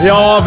Ja,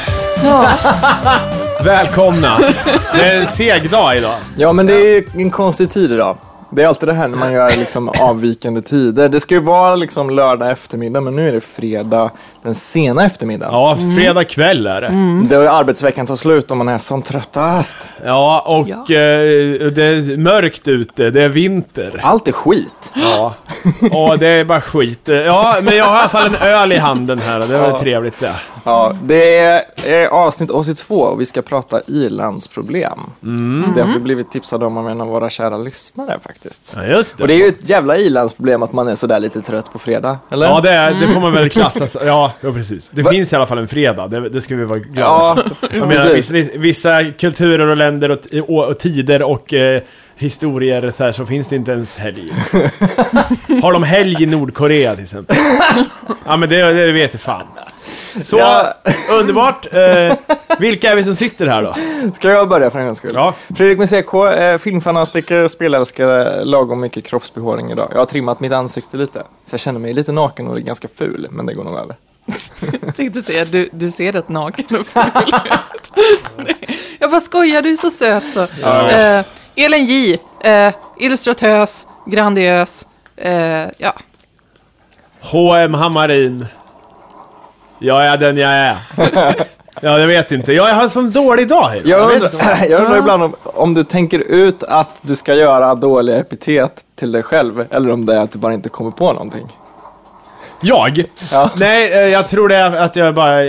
välkomna. Det är en seg dag idag. Ja, men det är ju en konstig tid idag. Det är alltid det här när man gör liksom avvikande tider. Det ska ju vara liksom lördag eftermiddag, men nu är det fredag, den sena eftermiddagen. Ja, fredag kväll är det. Det är arbetsveckan tar slut om man är som tröttast. Ja, och det är mörkt ute, det är vinter. Allt är skit. Ja, och det är bara skit. Ja, men jag har i alla fall en öl i handen här, det var trevligt det. Ja, det är avsnitt 82 och vi ska prata ilandsproblem. Det har vi blivit tipsade om av en av våra kära lyssnare faktiskt. Ja, just det. Och det är ju ett jävla ilandsproblem att man är sådär lite trött på fredag, eller? Ja, det får man väl klassa. Ja, precis. Det finns i alla fall en fredag, det ska vi vara glada. Ja, jag menar, vissa kulturer och länder och tider och historier så här, så finns det inte ens helg. Har de helg i Nordkorea till exempel? Ja, men det vet jag fan. Så, underbart. Vilka är vi som sitter här då? Ska jag börja för en gångs skull? Ja. Fredrik Museko, filmfanatiker, spelälskare, lagom mycket kroppsbehåring idag. Jag har trimmat mitt ansikte lite, så jag känner mig lite naken och ganska ful, men det går nog över. Jag tänkte säga, du ser rätt naken och ful ut. Jag bara skojar, du är så söt så. Elin J, illustratös, grandiös, ja. H.M. Hammarin. Jag är den jag är. Ja, jag vet inte. Jag har en sån dålig dag. Jag undrar ibland om du tänker ut att du ska göra dåliga epitet till dig själv, eller om det är att du bara inte kommer på någonting. Jag? Ja. Nej, jag tror det är att jag bara...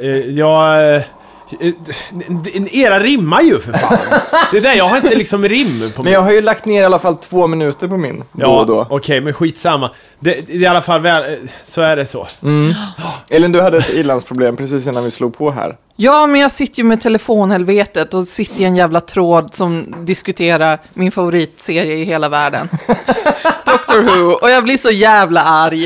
era rimmar ju för fan. Det är där, jag har inte liksom rim på. Men jag har ju lagt ner i alla fall 2 minuter på min då och då. Okej, men skitsamma. Det i alla fall väl, så är det så. Elin, du hade ett ilandsproblem precis innan vi slog på här. Ja, men jag sitter ju med telefonhelvetet och sitter i en jävla tråd som diskuterar min favoritserie i hela världen. Doctor Who. Och jag blir så jävla arg.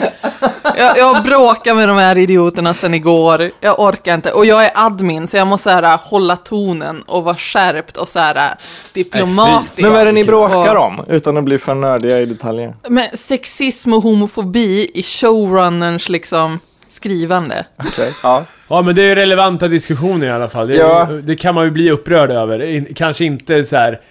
Jag bråkar med de här idioterna sedan igår. Jag orkar inte. Och jag är admin, så jag måste här, hålla tonen och vara skärpt och så här, diplomatisk. Men vad är det ni bråkar om? Utan att bli för nördiga i detaljer. Men sexism och homofobi i showrunnerns liksom skrivande. Okej, ja. Ja, men det är ju relevanta diskussioner i alla fall. Det kan man ju bli upprörd över. Kanske inte så här...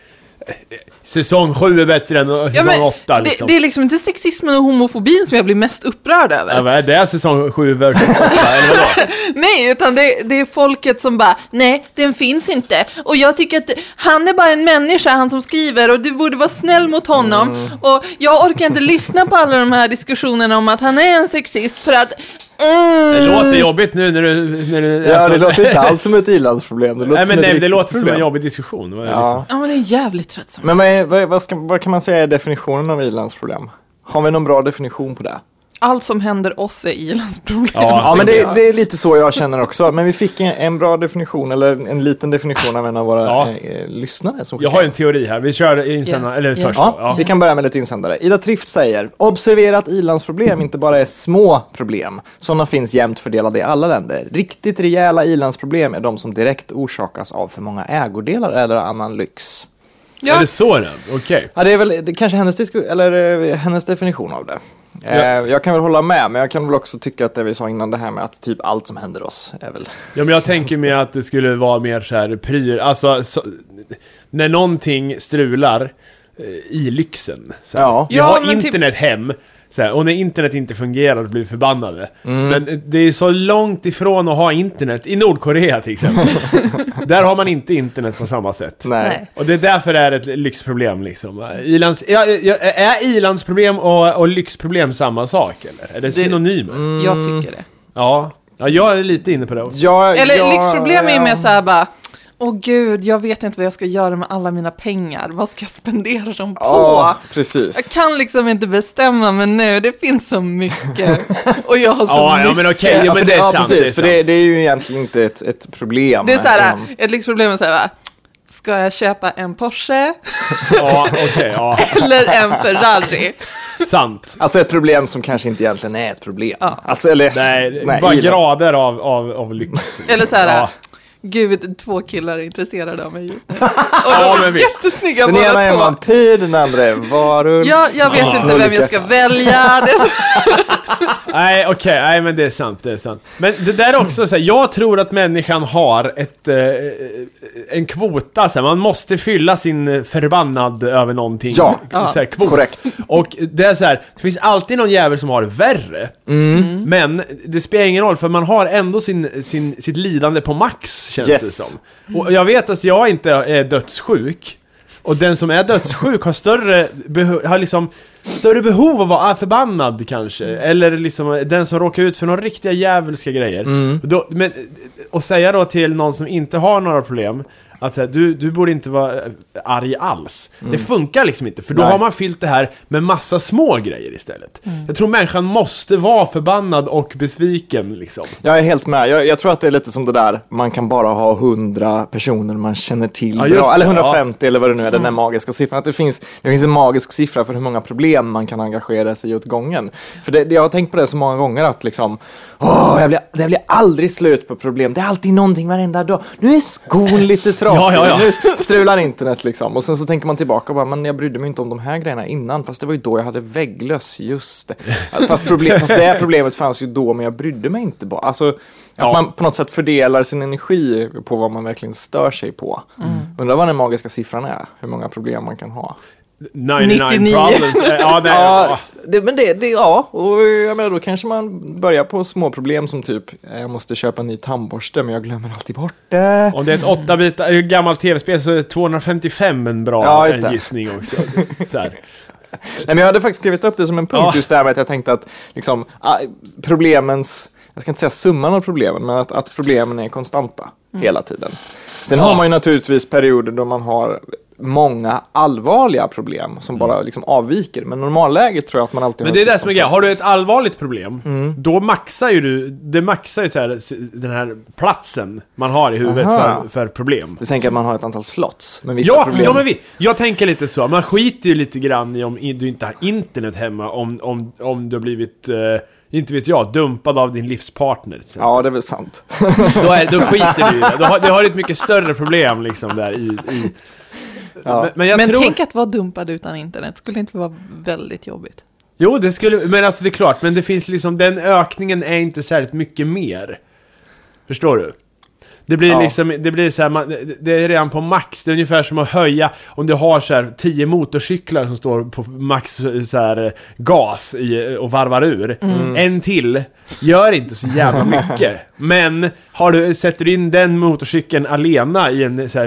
Säsong 7 är bättre än säsong 8 liksom. Det är liksom inte sexismen och homofobin som jag blir mest upprörd över. Ja, vad är det säsong 7 versus 8 eller vadå? Nej, utan det är folket som bara, nej, den finns inte. Och jag tycker att han är bara en människa, han som skriver, och du borde vara snäll mot honom. Och jag orkar inte lyssna på alla de här diskussionerna om att han är en sexist för att det låter jobbigt nu när du ja, det låter inte alls som ett ilandsproblem. Det låter som en jobbig diskussion. Ja, men det är jävligt tröttsamt. Men vad kan man säga är definitionen av ilandsproblem? Har vi någon bra definition på det? Allt som händer oss är ilandsproblem. Ja, men det är lite så jag känner också. Men vi fick en bra definition, eller en liten definition av en av våra lyssnare. Som jag har en teori här. Vi kör insändare, eller först. Ja, vi kan börja med lite insändare. Ida Trift säger: observera att ilandsproblem inte bara är små problem. Sådana finns jämnt fördelade i alla länder. Riktigt rejäla ilandsproblem är de som direkt orsakas av för många ägodelar eller annan lyx. Ja. Är det så det? Okej. Ja, det är väl kanske hennes definition av det. Jag kan väl hålla med, men jag kan väl också tycka att det vi sa innan, det här med att typ allt som händer oss är väl... Ja, men jag tänker mig att det skulle vara mer så här alltså när någonting strular i lyxen. Så här. Jag har internet hem. Så här, och när internet inte fungerar blir vi förbannade. Men det är så långt ifrån att ha internet i Nordkorea till exempel. Där har man inte internet på samma sätt. Nej. Och det är därför det är ett lyxproblem liksom. Är ilandsproblem och lyxproblem samma sak eller? Är det synonymer? Jag tycker det. Ja, jag är lite inne på det också. Lyxproblem är ju mer så här bara, åh gud, jag vet inte vad jag ska göra med alla mina pengar. Vad ska jag spendera dem på? Ja, precis. Jag kan liksom inte bestämma mig nu. Det finns så mycket. Och jag har så mycket. Ja, men okej. Ja, men det är sant. Precis, för det är ju egentligen inte ett problem. Det är så här, ett lyxproblem är så här, ska jag köpa en Porsche? Ja, okej, ja. Eller en Ferrari? Sant. Alltså ett problem som kanske inte egentligen är ett problem. Ja. Alltså, eller, nej, bara grader av lyx. Eller så här, Gud, 2 killar är intresserade av mig just nu. Och de är jättesnygga båda två. Den ena är en vampyr, den andra är varulv. Ja, jag vet inte vem jag ska välja. Nej, okej. Nej, men det är sant. Men det där är också så här, jag tror att människan har en kvota. Så här, man måste fylla sin förbannad över någonting. Ja, så här, kvot. Korrekt. Och det är så här, det finns alltid någon jävel som har det värre. Men det spelar ingen roll, för man har ändå sitt lidande på max, känns det som. Och jag vet att jag inte är dödssjuk. Och den som är dödssjuk har större behov av att vara förbannad kanske. Eller liksom den som råkar ut för några riktiga jävelska grejer. Och säga då till någon som inte har några problem att säga, du borde inte vara arg alls. Det funkar liksom inte, för då har man fyllt det här med massa små grejer istället. Jag tror människan måste vara förbannad och besviken liksom. Jag är helt med. Jag tror att det är lite som det där, man kan bara ha 100 personer man känner till bra. Eller 150 eller vad det nu är, den där magiska siffran. Att det finns en magisk siffra för hur många problem man kan engagera sig i åt gången. För jag har tänkt på det så många gånger att liksom, det blir aldrig slut på problem. Det är alltid någonting varenda dag. Nu är skon lite trasig. Nu strular internet liksom. Och sen så tänker man tillbaka och bara, men jag brydde mig inte om de här grejerna innan. Fast det var ju då jag hade vägglöss, just det. Fast det problemet fanns ju då, men jag brydde mig inte bara. Alltså, att man på något sätt fördelar sin energi på vad man verkligen stör sig på. Undrar vad den magiska siffran är. Hur många problem man kan ha. 99 problems. Och jag menar, då kanske man börjar på små problem som typ, jag måste köpa en ny tandborste men jag glömmer alltid bort det. Om det är ett 8-bitar gammalt tv-spel så är 255 en bra gissning också. Så här. Nej, men jag hade faktiskt skrivit upp det som en punkt just där med att jag tänkte att liksom, problemens, jag ska inte säga summan av problemen, men att problemen är konstanta hela tiden. Sen har man ju naturligtvis perioder då man har många allvarliga problem som bara liksom avviker. Men normalläget tror jag att man alltid... Men det är det som är grejen. Har du ett allvarligt problem, då maxar ju så här, den här platsen man har i huvudet för problem. Du tänker att man har ett antal slots med vissa problem. Ja, men jag tänker lite så. Man skiter ju lite grann i om du inte har internet hemma, om du har blivit... inte vet jag, dumpad av din livspartner. Ja, det är väl sant. Då skiter du i det. Du har ett mycket större problem liksom där i... Ja. Men tänk att vara dumpad utan internet skulle inte vara väldigt jobbigt. Jo, det skulle, men alltså det är klart, men det finns liksom, den ökningen är inte särskilt mycket mer. Förstår du? Det blir liksom, det blir så här, det är redan på max. Det är ungefär som att höja, om du har så här 10 motorcyklar som står på max så här gas och varvar ur. En till gör inte så jävla mycket. Men sätter du in den motorcykeln alena i en så här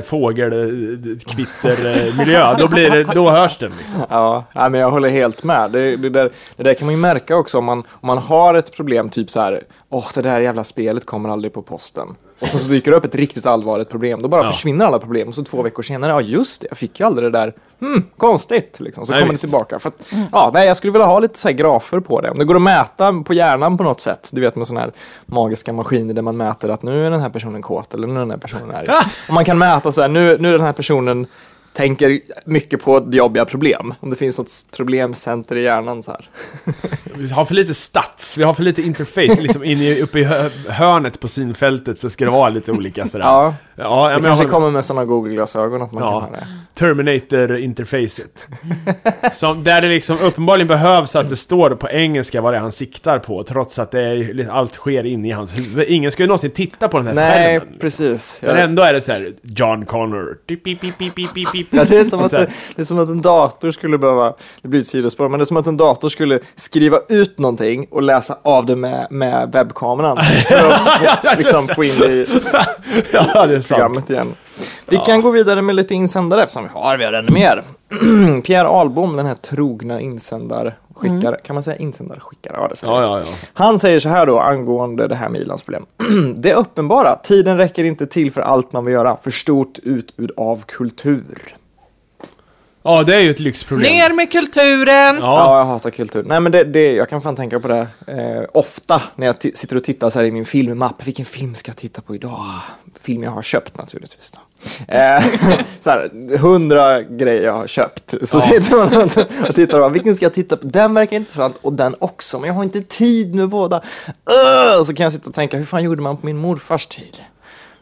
fågelkvittermiljö, då hörs den liksom. Ja, men jag håller helt med. Det där kan man ju märka också om man har ett problem typ så här, det där jävla spelet kommer aldrig på posten. Och så dyker det upp ett riktigt allvarligt problem. Då bara försvinner alla problem. Och så 2 veckor senare, just det, jag fick ju aldrig det där. Konstigt, liksom. Så kommer det tillbaka. För att, jag skulle vilja ha lite så här grafer på det. Om det går att mäta på hjärnan på något sätt. Du vet, med sådana här magiska maskiner där man mäter att nu är den här personen kåt eller nu är den här personen arg. Och man kan mäta så här, nu är den här personen tänker mycket på jobbiga problem. Om det finns något problemcenter i hjärnan så här. Vi har för lite stats, vi har för lite interface liksom uppe i hörnet på synfältet, så ska det vara lite olika sådär. Det kanske kommer med sådana Google-glasögon att man kan ha det. Terminator-interfacet. Där det liksom uppenbarligen behövs att det står på engelska vad det är han siktar på, trots att allt sker inne i hans huvud. Ingen ska ju någonsin titta på den här skärmen. Nej, precis. Men ändå är det så här, John Connor. Ja, det är som att en dator skulle behöva, det blir ett sidospår, men det är som att en dator skulle skriva ut någonting och läsa av det med webbkameran för att liksom få in det i programmet igen. Vi kan gå vidare med lite insändare eftersom vi har ännu mer. Pierre Ahlbom, den här trogna insändarskickare. Kan man säga insändarskickare? Ja, det säger ja. Han säger så här då angående det här med ilandsproblem. Det är uppenbara. Tiden räcker inte till för allt man vill göra. För stort utbud av kultur. Ja, det är ju ett lyxproblem. Ner med kulturen! Ja, jag hatar kultur. Nej, men jag kan fan tänka på det ofta när jag sitter och tittar så här i min filmmapp. Vilken film ska jag titta på idag? Film jag har köpt naturligtvis då. Så här, 100 grejer jag har köpt. Så sitter man och tittar och vilken ska jag titta på? Den verkar intressant och den också. Men jag har inte tid med båda. Så kan jag sitta och tänka, hur fan gjorde man på min morfars tid?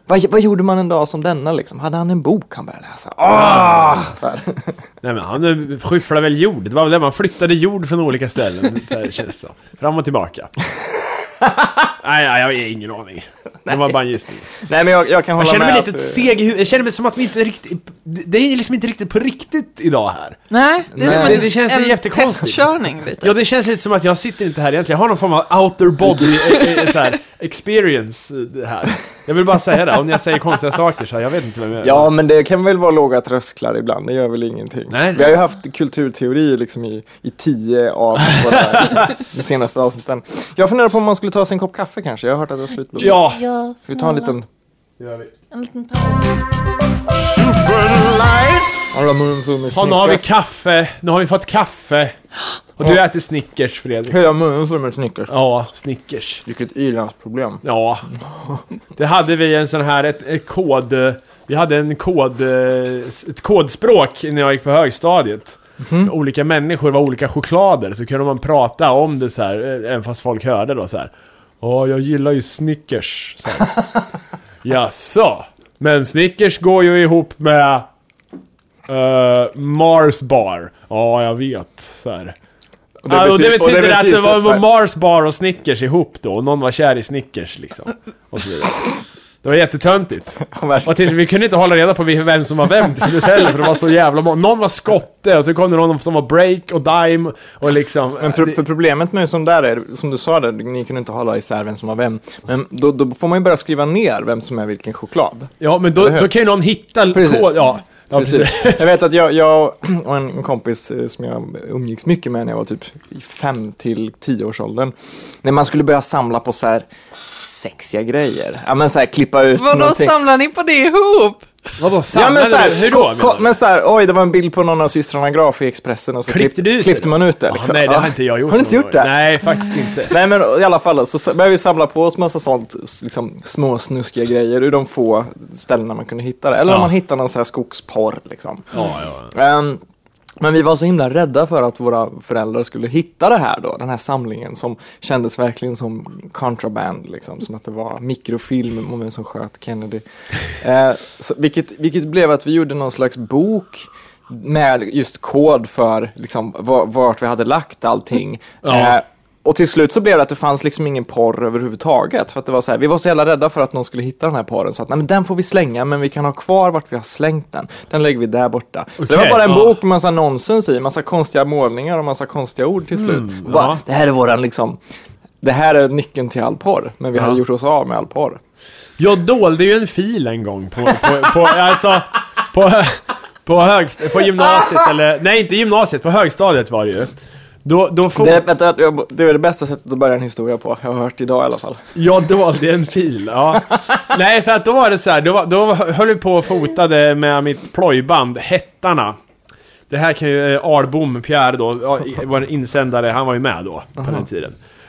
Vad gjorde man en dag som denna liksom? Hade han en bok han började läsa? Så här. Nej, men han skyfflade väl jord. Det var väl det, man flyttade jord från olika ställen. Så här, känns så. Fram och tillbaka. Nej, jag har ingen aning. Det var bara en gissning. Nej, men jag kan hålla med. Jag känner mig lite seg i huvudet. Jag känner mig som att vi inte riktigt... Det är liksom inte riktigt på riktigt idag här. Nej, det är som det känns en jättekonstigt. testkörning lite. Ja, det känns lite som att jag sitter inte här egentligen. Jag har någon form av outer body så här, experience här. Jag vill bara säga det. Om jag säger konstiga saker så jag vet inte vem jag är. Ja, men det kan väl vara låga trösklar ibland. Det gör väl ingenting. Nej. Vi har ju haft kulturteori liksom i 10 av de senaste avsnitten. Jag funderar på om man skulle ta sig en kopp kaffe kanske. Jag har hört att det är slut. Ja. Ska vi ta en liten... En liten paus. Nu har vi kaffe. Nu har vi fått kaffe. Och du äter Snickers, Fredrik. Hela munnen som en Snickers. Ja, Snickers. Vilket irlandsproblem. Ja. Det hade vi en sån här ett kod. Vi hade ett kodspråk när jag gick på högstadiet. Olika människor var olika choklader, så kunde man prata om det så här, även fast folk hörde då så här. Jag gillar ju Snickers. Jaså. Men Snickers går ju ihop med Mars bar. Ja, jag vet så här. Och det betyder att det var Mars bar och Snickers ihop då. Och någon var kär i Snickers liksom. Och så vidare. Det var jättetöntigt. Och tills vi kunde inte hålla reda på vem som var vem till slut heller, för det var så jävla någon var skotte och så kom det någon som var break och dime och liksom. Men för problemet med som där är, som du sa där, ni kunde inte hålla isär vem som var vem. Men då får man ju bara skriva ner vem som är vilken choklad. Ja, men då kan ju någon hitta kod. Ja, precis. Jag vet att jag och en kompis som jag umgicks mycket med när jag var typ 5 till 10 års åldern, när man skulle börja samla på så här sexiga grejer. Ja, men så här klippa ut någonting. Samlar ni på det ihop? Vadå samlade ja, du? Hur då? Men så här, oj, det var en bild på någon av systrarna Graf i Expressen och så klippte man ut det. Liksom. Nej, det har inte jag gjort. Har du inte gjort det? Nej, faktiskt inte. Nej, men i alla fall så började vi samla på oss massa sånt, liksom små snuskiga grejer ur de få ställena man kunde hitta det. Eller om man hittar någon så här skogsporr liksom. Men vi var så himla rädda för att våra föräldrar skulle hitta det här då, den här samlingen som kändes verkligen som contraband liksom, som att det var mikrofilm om vem som sköt Kennedy. Vilket blev att vi gjorde någon slags bok med just kod för liksom vart vi hade lagt allting. Och till slut så blev det att det fanns liksom ingen porr överhuvudtaget. För att det var så här, vi var så jävla rädda för att någon skulle hitta den här porren. Så att nej, men den får vi slänga, men vi kan ha kvar vart vi har slängt den. Den lägger vi där borta. Okay, så det var bara en bok med massa nonsens i, massa konstiga målningar och massa konstiga ord till slut. Bara, det här är våran liksom, det här är nyckeln till all porr. Men vi hade gjort oss av med all porr. Jag dolde ju en fil en gång på gymnasiet, eller nej, inte gymnasiet, på högstadiet var det ju. Det är det bästa sättet att börja en historia på. Jag har hört idag i alla fall. Ja, dolde en fil, ja. Nej, för att då var det så här, då höll vi på och fotade med mitt plojband Hettarna. Det här kan ju Arbom Pierre då var en insändare, han var ju med då på den tiden.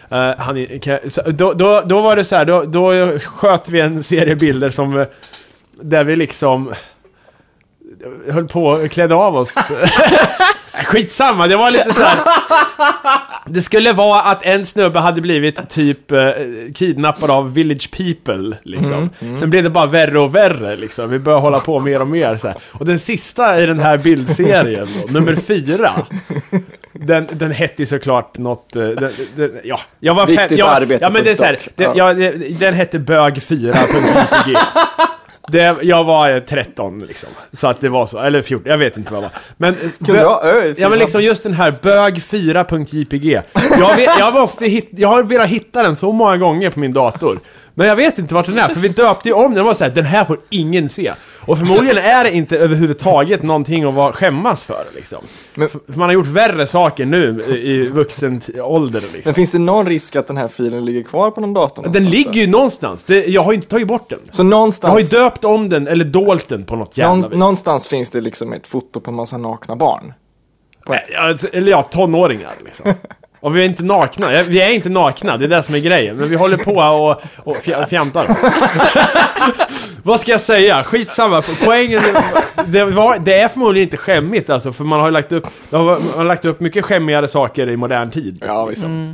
Då var det så här, då sköt vi en serie bilder som där vi liksom höll på och klädde av oss. Skitsamma, det var lite så här. Det skulle vara att en snubbe hade blivit typ kidnappad av Village People liksom. Sen blev det bara värre och värre liksom. Vi började hålla på mer och mer så här. Och den sista i den här bildserien då, nummer 4. Den hette ju såklart något jag var viktigt arbete. Ja, men det är så här, den hette bög4.jpg. Jag var 13 liksom. Så att det var så, eller 14, jag vet inte vad det var. Men men liksom just den här bög4.jpg. Jag har velat hitta den så många gånger på min dator. Men jag vet inte vart den är, för vi döpte ju om den. Det var så här, den här får ingen se. Och förmodligen är det inte överhuvudtaget någonting att skämmas för liksom. Men, för man har gjort värre saker nu i vuxen ålder liksom. Men finns det någon risk att den här filen ligger kvar på någon dator? Den ligger ju någonstans. Jag har ju inte tagit bort den. Så någonstans... Jag har ju döpt om den eller dolt den på något jävla vis. Någonstans finns det liksom ett foto på en massa nakna barn. Eller tonåringar liksom. Och vi är inte nakna. Vi är inte nakna, det är det som är grejen. Men vi håller på och fjamtar oss. Vad ska jag säga? Skitsamma. Poängen, det är förmodligen inte skämmigt alltså, för man har ju lagt upp mycket skämmigare saker i modern tid. Ja, visst.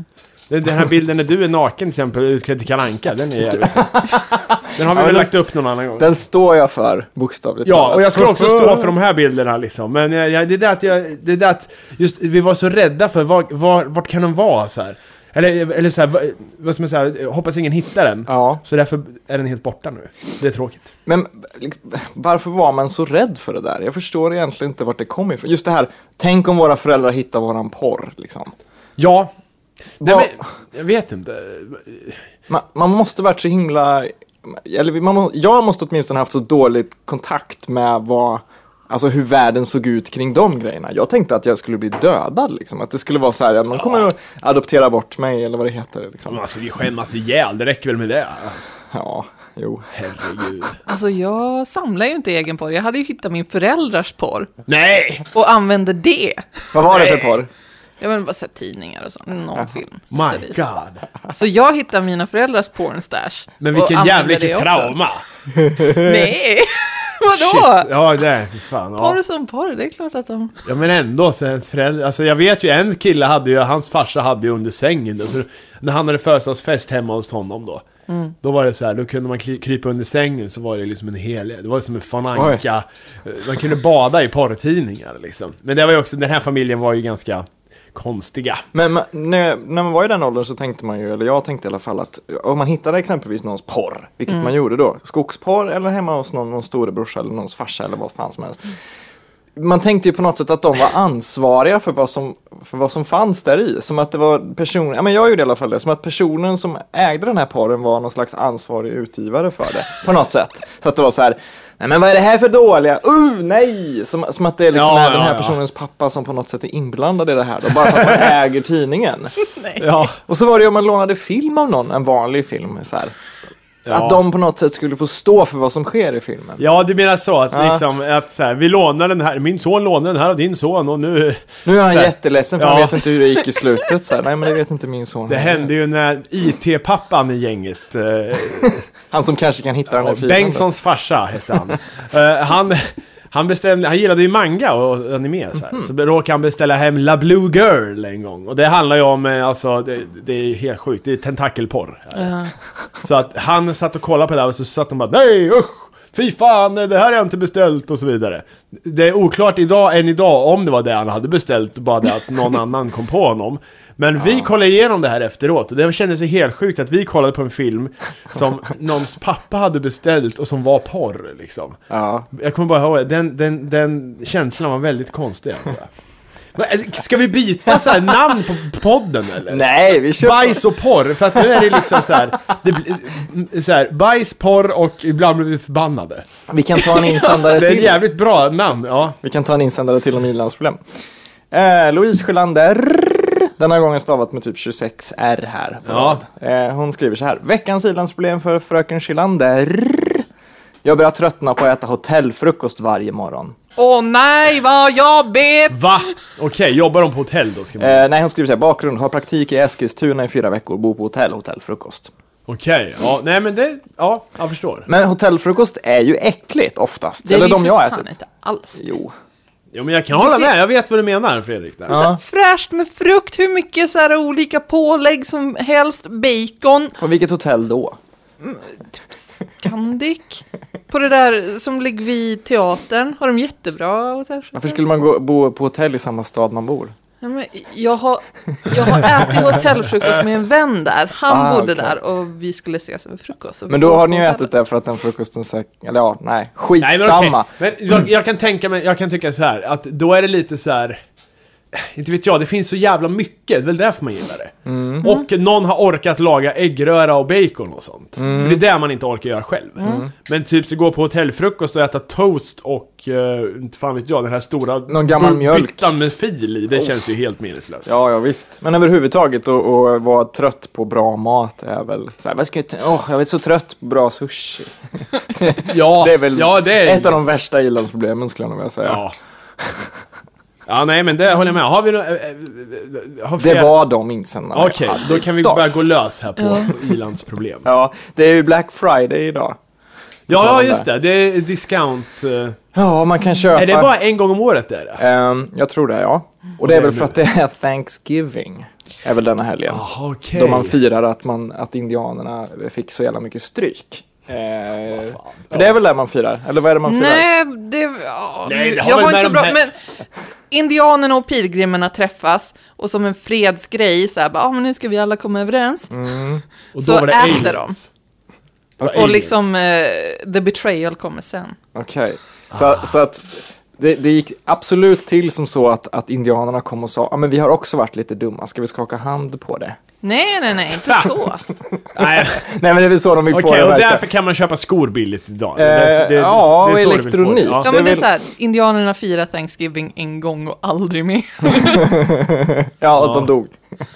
Den här bilden när du är naken till exempel, utklädd till Kalle Anka, den är jävligt. Den har vi väl lagt upp någon annan gång. Den står jag för, bokstavligt. Ja, och jag skulle också stå för de här bilderna liksom. Men det är det att just vi var så rädda för vart kan de vara så här. Eller så här, vad ska man säga, hoppas ingen hittar den. Ja. Så därför är den helt borta nu. Det är tråkigt. Men varför var man så rädd för det där? Jag förstår egentligen inte vart det kommer ifrån. Just det här, tänk om våra föräldrar hittar våran porr liksom. Ja. Nej, men, jag vet inte. Man måste varit så himla... jag måste åtminstone haft så dålig kontakt med alltså hur världen såg ut kring de grejerna. Jag tänkte att jag skulle bli dödad liksom. Att det skulle vara så här, att man kommer att adoptera bort mig eller vad det heter liksom. Man skulle ju skämmas ihjäl, det räcker väl med det. Ja, jo. Herregud. Alltså jag samlar ju inte egen porr. Jag hade ju hittat min föräldrars porr. Nej! Och använde det. Vad var det för porr? Jag vill bara sett tidningar och sånt. Någon film. My God. Så jag hittade mina föräldrars pornstash. Men vilken jävligt trauma. Nej. Vadå? Shit. Ja, det är fan. Ja. Porr som porr, det är klart att de... Ja, men ändå så ens föräldrar, alltså jag vet ju en kille hans farsa hade ju under sängen då, så när han hade födelsedagsfest hemma hos honom då. Då var det så här, då kunde man krypa under sängen, så var det liksom en hel, det var som en fananka. Man kunde bada i porrtidningar liksom. Men det var ju också, den här familjen var ju ganska konstiga. Men när man var i den åldern så tänkte man ju, eller jag tänkte i alla fall, att om man hittade exempelvis någons porr, vilket man gjorde då, skogsporr eller hemma hos någon storebrorsa eller någons farsa eller vad fan som helst. Man tänkte ju på något sätt att de var ansvariga för vad som fanns där i. Som att det var personen, ja men jag gjorde i alla fall det, som att personen som ägde den här porren var någon slags ansvarig utgivare för det, på något sätt. Så att det var så här, nej men vad är det här för dåliga? Nej! Som att det är liksom den här personens pappa som på något sätt är inblandad i det här. Då, bara för att man äger tidningen. Ja. Och så var det ju om man lånade film av någon, en vanlig film så här. Ja. Att de på något sätt skulle få stå för vad som sker i filmen. Ja, du menar så att, liksom, att så här, vi lånar den här, min son lånar den här av din son och nu är han jätteledsen för han vet inte hur det gick i slutet så här. Nej men det vet inte min son. Det hände ju när IT-pappan i gänget han som kanske kan hitta den här filmen. Bengtssons farsa hette han. Han gillade ju manga och anime så här. Så råkade han beställa hem La Blue Girl en gång. Och det handlar ju om, alltså, det är helt sjukt. Det är tentakelporr. Så att han satt och kollade på det där och så satt han bara, nej usch, fy fan, det här är jag inte beställt och så vidare. Det är oklart än idag om det var det han hade beställt, bara det att någon annan kom på honom. Men vi kollade igenom det här efteråt och det kändes sig helt sjukt att vi kollade på en film som någons pappa hade beställt och som var porr liksom. Ja. Jag kommer bara ihåg, den känslan var väldigt konstig. Ska vi byta så här namn på podden eller? Nej, vi kör bajs och porr, för att nu är det liksom så här, bajs, porr och ibland blir vi förbannade. Vi kan ta en insändare till. Det är ett jävligt bra namn, ja. Vi kan ta en insändare till om ilandsproblem. Louise Sjölander. Den här gången stavat med typ 26R här. Ja. Hon skriver så här. Veckans ilandsproblem för fröken Sjölander. Jag börjar tröttna på att äta hotellfrukost varje morgon. Åh nej, vad jobbigt! Va? Okej, jobbar de på hotell då? Nej, hon skriver så här. Bakgrund, har praktik i Eskilstuna i 4 veckor. Bor på hotellfrukost. Okej, ja, nej men det, ja, jag förstår. Men hotellfrukost är ju äckligt oftast. Det är de jag ätit. Inte alls. Jo, men jag kan hålla med. Jag vet vad du menar, Fredrik. Där. Ja. Fräscht med frukt, hur mycket så här olika pålägg som helst, bacon. På vilket hotell då? Scandic. På det där som ligger vid teatern har de jättebra hotell. Varför skulle man bo på hotell i samma stad man bor? Ja, men jag har ätit hotellfrukost med en vän där. Han bodde där och vi skulle ses över frukost. Men då har ni ju ätit det för att den frukosten skitsamma. Men jag kan tycka så här att då är det lite så här, inte vet jag, det finns så jävla mycket, det är väl därför man gillar det. Och någon har orkat laga äggröra och bacon och sånt. För det är det man inte orkar göra själv. Men typ så gå på hotellfrukost och äta toast och inte fan vet jag, den här stora någon gammal mjölk med fil i, det känns ju helt meningslöst. Ja, visst. Men överhuvudtaget att vara trött på bra mat är väl så här, jag är så trött på bra sushi. Ja, det är väl det är ett av de värsta ilandsproblemen skulle jag nog vilja säga. Ja. Ja, nej, men det håller jag med. Har vi det var de insändarna. Okej, då kan vi börja gå lös här på ilandsproblem. Ja, det är ju Black Friday idag. Ja, just det. Det är discount. Ja, man kan köpa. Är det bara en gång om året där? Jag tror det, ja. Och det är väl för att det är Thanksgiving. är väl denna helgen. Okay. Då man firar att indianerna fick så jävla mycket stryk. För det är väl det man firar? Eller vad är det man firar? Nej, jag har inte så bra, men indianerna och pilgrimerna träffas och som en fredsgrej så här, men nu ska vi alla komma överens. Och så äter aliens. de. Och liksom the betrayal kommer sen. Okej. Så att det gick absolut till som så att indianerna kom och sa, men vi har också varit lite dumma, ska vi skaka hand på det? Nej, inte så. Nej, men det är väl så de vill få det. Och därför kan man köpa skor billigt idag. Och elektronik. Ja, men det är så här, indianerna firar Thanksgiving en gång och aldrig mer. Och de dog.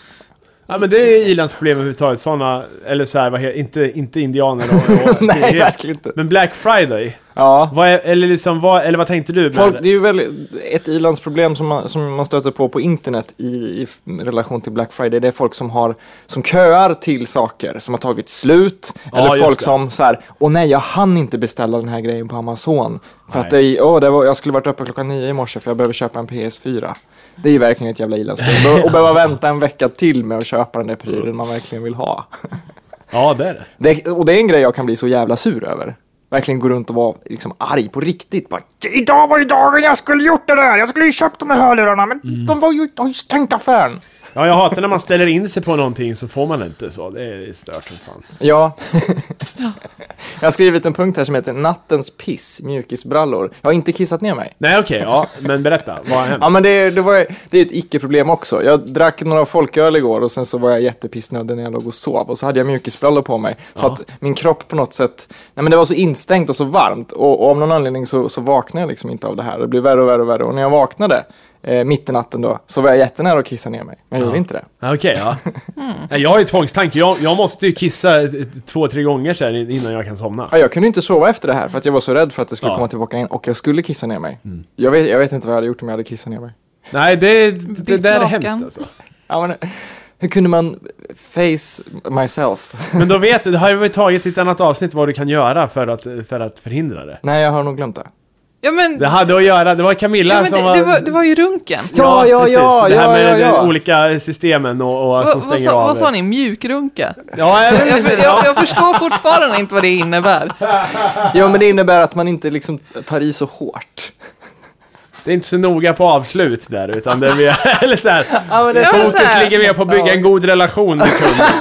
Ja, men det är ilandsproblem överhuvudtaget. Sådana, eller så här, inte indianer och nej, verkligen inte. Men Black Friday. Ja. Eller vad tänkte du med det? Det är ju väl ett ilandsproblem som man stöter på internet i relation till Black Friday. Det är folk som köar till saker som har tagit slut. Eller folk som så här, nej, jag hann inte beställa den här grejen på Amazon. För att jag skulle varit uppe 9:00 i morse för jag behöver köpa en PS4. Det är ju verkligen ett jävla ilandsproblem. Och behöva vänta en vecka till med att köpa den där prylen man verkligen vill ha. Ja, det är det. Och det är en grej jag kan bli så jävla sur över. Verkligen gå runt och vara liksom arg på riktigt. Bara, idag var ju dagen jag skulle gjort det där. Jag skulle ju köpt de här hörlurarna, men de har ju stängt affären. Ja, jag hatar när man ställer in sig på någonting så får man inte så. Det är stört som fan. Ja. Jag har skrivit en punkt här som heter nattens piss, mjukisbrallor. Jag har inte kissat ner mig. Nej, okej. Men berätta. Vad har hänt? Ja, men det är ett icke-problem också. Jag drack några folköl igår och sen så var jag jättepissnödig när jag låg och sov. Och så hade jag mjukisbrallor på mig. Så att min kropp på något sätt... Nej, men det var så instängt och så varmt. Och av någon anledning så vaknade jag liksom inte av det här. Det blev värre och värre och värre. Och när jag vaknade... mitt i natten då, så var jag jättenära att kissa ner mig. Men jag gjorde inte det. Okej. Jag har ju tvångstanke. Jag måste ju kissa 2-3 gånger sen innan jag kan somna. Ja, jag kunde inte sova efter det här för att jag var så rädd för att det skulle komma tillbaka in och jag skulle kissa ner mig. Jag vet inte vad jag hade gjort om jag hade kissat ner mig. Nej, det där är hemskt alltså. Ja, men hur kunde man face myself? Men då vet du, det har ju tagit ett annat avsnitt vad du kan göra för att förhindra det. Nej, jag har nog glömt det. Ja, men, det hade att göra, det var Camilla som var... Det var ju runken. Ja, det här med de olika systemen och som stänger av. Vad sa ni? Mjukrunka? Ja, jag förstår fortfarande inte vad det innebär. Ja, men det innebär att man inte liksom tar i så hårt. Det är inte så noga på avslut där, utan det är mer, eller så här, fokus ligger mer på att bygga en god relation med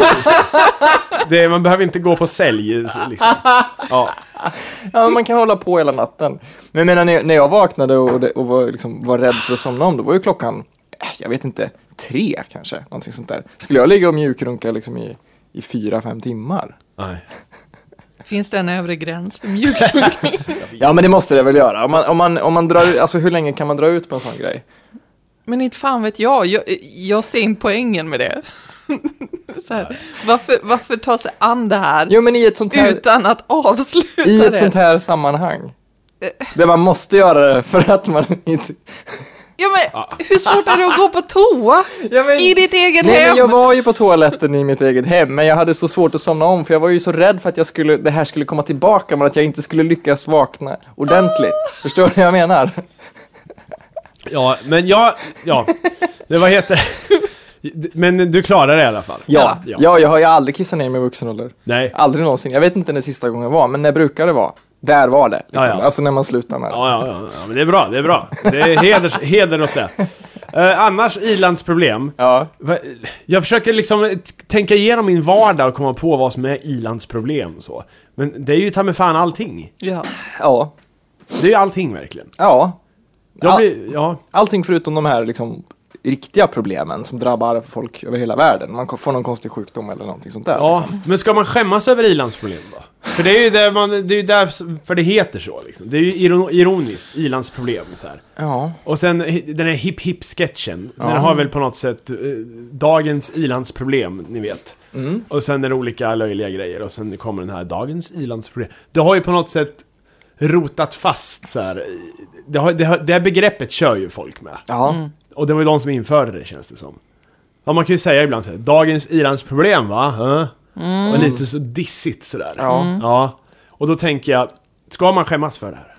kunden. Man behöver inte gå på sälj liksom. Ja, men man kan hålla på hela natten. Men jag menar, när jag vaknade och var rädd för att somna om, då var ju klockan, jag vet inte, 3 kanske, någonting sånt där. Skulle jag ligga och mjukrunka liksom i 4-5 timmar? Nej. Finns det en övre gräns för mjukrunkning? Ja, men det måste det väl göra. Om man drar ut, alltså hur länge kan man dra ut på en sån grej? Men inte fan vet jag ser in poängen med det. Så här, varför ta sig an det här, men i ett sånt här utan att avsluta det? I ett sånt här sammanhang. Där man måste göra det för att man inte... Ja, men hur svårt är det att gå på toa i ditt eget hem? Men jag var ju på toaletten i mitt eget hem, men jag hade så svårt att somna om för jag var ju så rädd för att det här skulle komma tillbaka, men att jag inte skulle lyckas vakna ordentligt. Förstår du vad jag menar? Ja, men det var heter... Men du klarar det i alla fall. Ja, jag har ju aldrig kissat ner mig i vuxen ålder. Nej. Aldrig någonsin. Jag vet inte när sista gången var, men när brukar det vara? Där var det. Liksom. Ja. Alltså när man slutar med det. Ja, men det är bra. Det är heder åt det. Annars ilandsproblem. Ja. Jag försöker liksom tänka igenom min vardag och komma på vad som är ilandsproblem och så. Men det är ju ta med fan allting. Ja. Det är ju allting verkligen. Ja. Ja. Allting förutom de här liksom riktiga problemen som drabbar folk över hela världen. Man får någon konstig sjukdom eller någonting sånt där. Ja, liksom. Men ska man skämmas över ilandsproblem då? För det är ju därför det heter så liksom. Det är ju ironiskt, ilandsproblem så här. Ja. Och sen den här hip-hip-sketchen, den har väl på något sätt dagens ilandsproblem, ni vet. Mm. Och sen är det olika löjliga grejer och sen kommer den här dagens ilandsproblem. Det har ju på något sätt rotat fast så här. Det här begreppet kör ju folk med. Ja. Mm. Och det var ju de som införde det, känns det som. Ja, man kan ju säga ibland så här, dagens ilandsproblem, va? Och lite så dissigt sådär. Ja. Och då tänker jag, ska man skämmas för det här?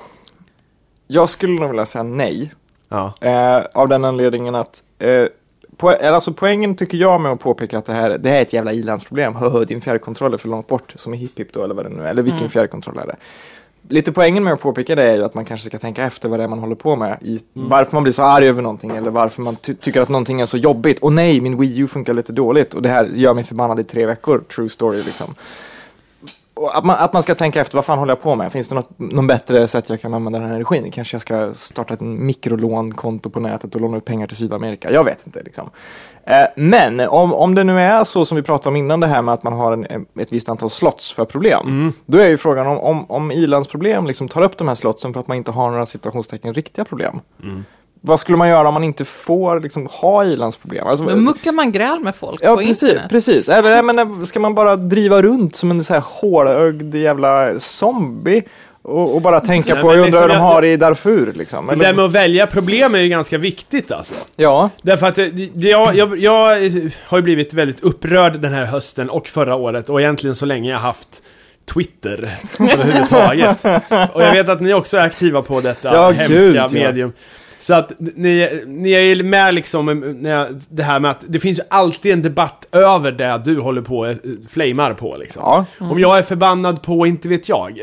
Jag skulle nog vilja säga nej. Ja. Av den anledningen att Poängen tycker jag med att påpeka att det här är ett jävla ilandsproblem. Din fjärrkontroll är för långt bort, som är hipp då, eller vad det nu är. Eller vilken fjärrkontroll är det? Lite poängen med att påpeka det är ju att man kanske ska tänka efter vad det är man håller på med. Varför man blir så arg över någonting, eller varför man tycker att någonting är så jobbigt. Och nej, min Wii U funkar lite dåligt och det här gör mig förbannad i 3 veckor. True story liksom. Och att man ska tänka efter, vad fan håller jag på med? Finns det någon bättre sätt jag kan använda den här energin? Kanske jag ska starta ett mikrolånkonto på nätet och låna ut pengar till Sydamerika. Jag vet inte liksom. Men om det nu är så som vi pratade om innan, det här med att man har ett visst antal slots för problem. Då är ju frågan om ilandsproblem liksom tar upp de här slotsen för att man inte har några situationstecken riktiga problem. Vad skulle man göra om man inte får liksom ha ilandsproblem? Alltså, då muckar man gräl med folk på internet. Precis. Eller men, ska man bara driva runt som en så här hålögd jävla zombie och bara tänka på hur de har det i Darfur liksom? Det där med att välja problem är ju ganska viktigt alltså. Ja. Därför att jag har ju blivit väldigt upprörd den här hösten och förra året, och egentligen så länge jag haft Twitter överhuvudtaget. Och jag vet att ni också är aktiva på detta hemska medium. Så att ni är med liksom det här med att det finns ju alltid en debatt över det du håller på flamar på liksom. Ja. Om jag är förbannad på, inte vet jag,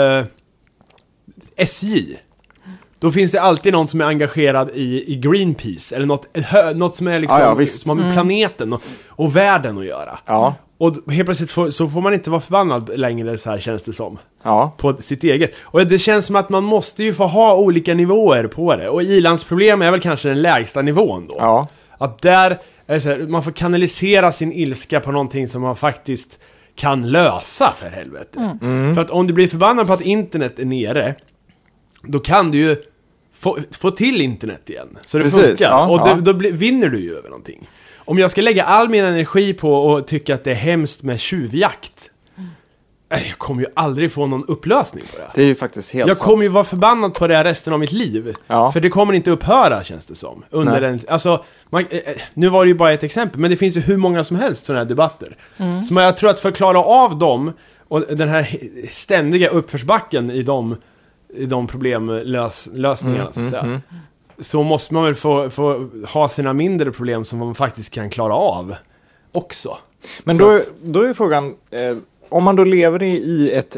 SJ, då finns det alltid någon som är engagerad i Greenpeace eller något som är liksom som har med planeten och världen att göra. Ja. Och helt plötsligt så får man inte vara förbannad längre, så här känns det som. Ja. På sitt eget. Och det känns som att man måste ju få ha olika nivåer på det. Och ilandsproblem är väl kanske den lägsta nivån då. Ja. Att där är så här, man får kanalisera sin ilska på någonting som man faktiskt kan lösa, för helvete. För att om du blir förbannad på att internet är nere, då kan du ju få till internet igen. Så det funkar. Ja, och då vinner du ju över någonting. Om jag ska lägga all min energi på och tycka att det är hemskt med tjuvjakt, jag kommer ju aldrig få någon upplösning på det. Det är ju faktiskt helt Jag kommer ju vara förbannad på det resten av mitt liv. Ja. För det kommer inte upphöra, känns det som. Nu var det ju bara ett exempel, men det finns ju hur många som helst sådana här debatter. Så jag tror att för att klara av dem och den här ständiga uppförsbacken i de problemlösningarna så att säga, så måste man väl få ha sina mindre problem som man faktiskt kan klara av också. Men då är frågan, om man då lever i ett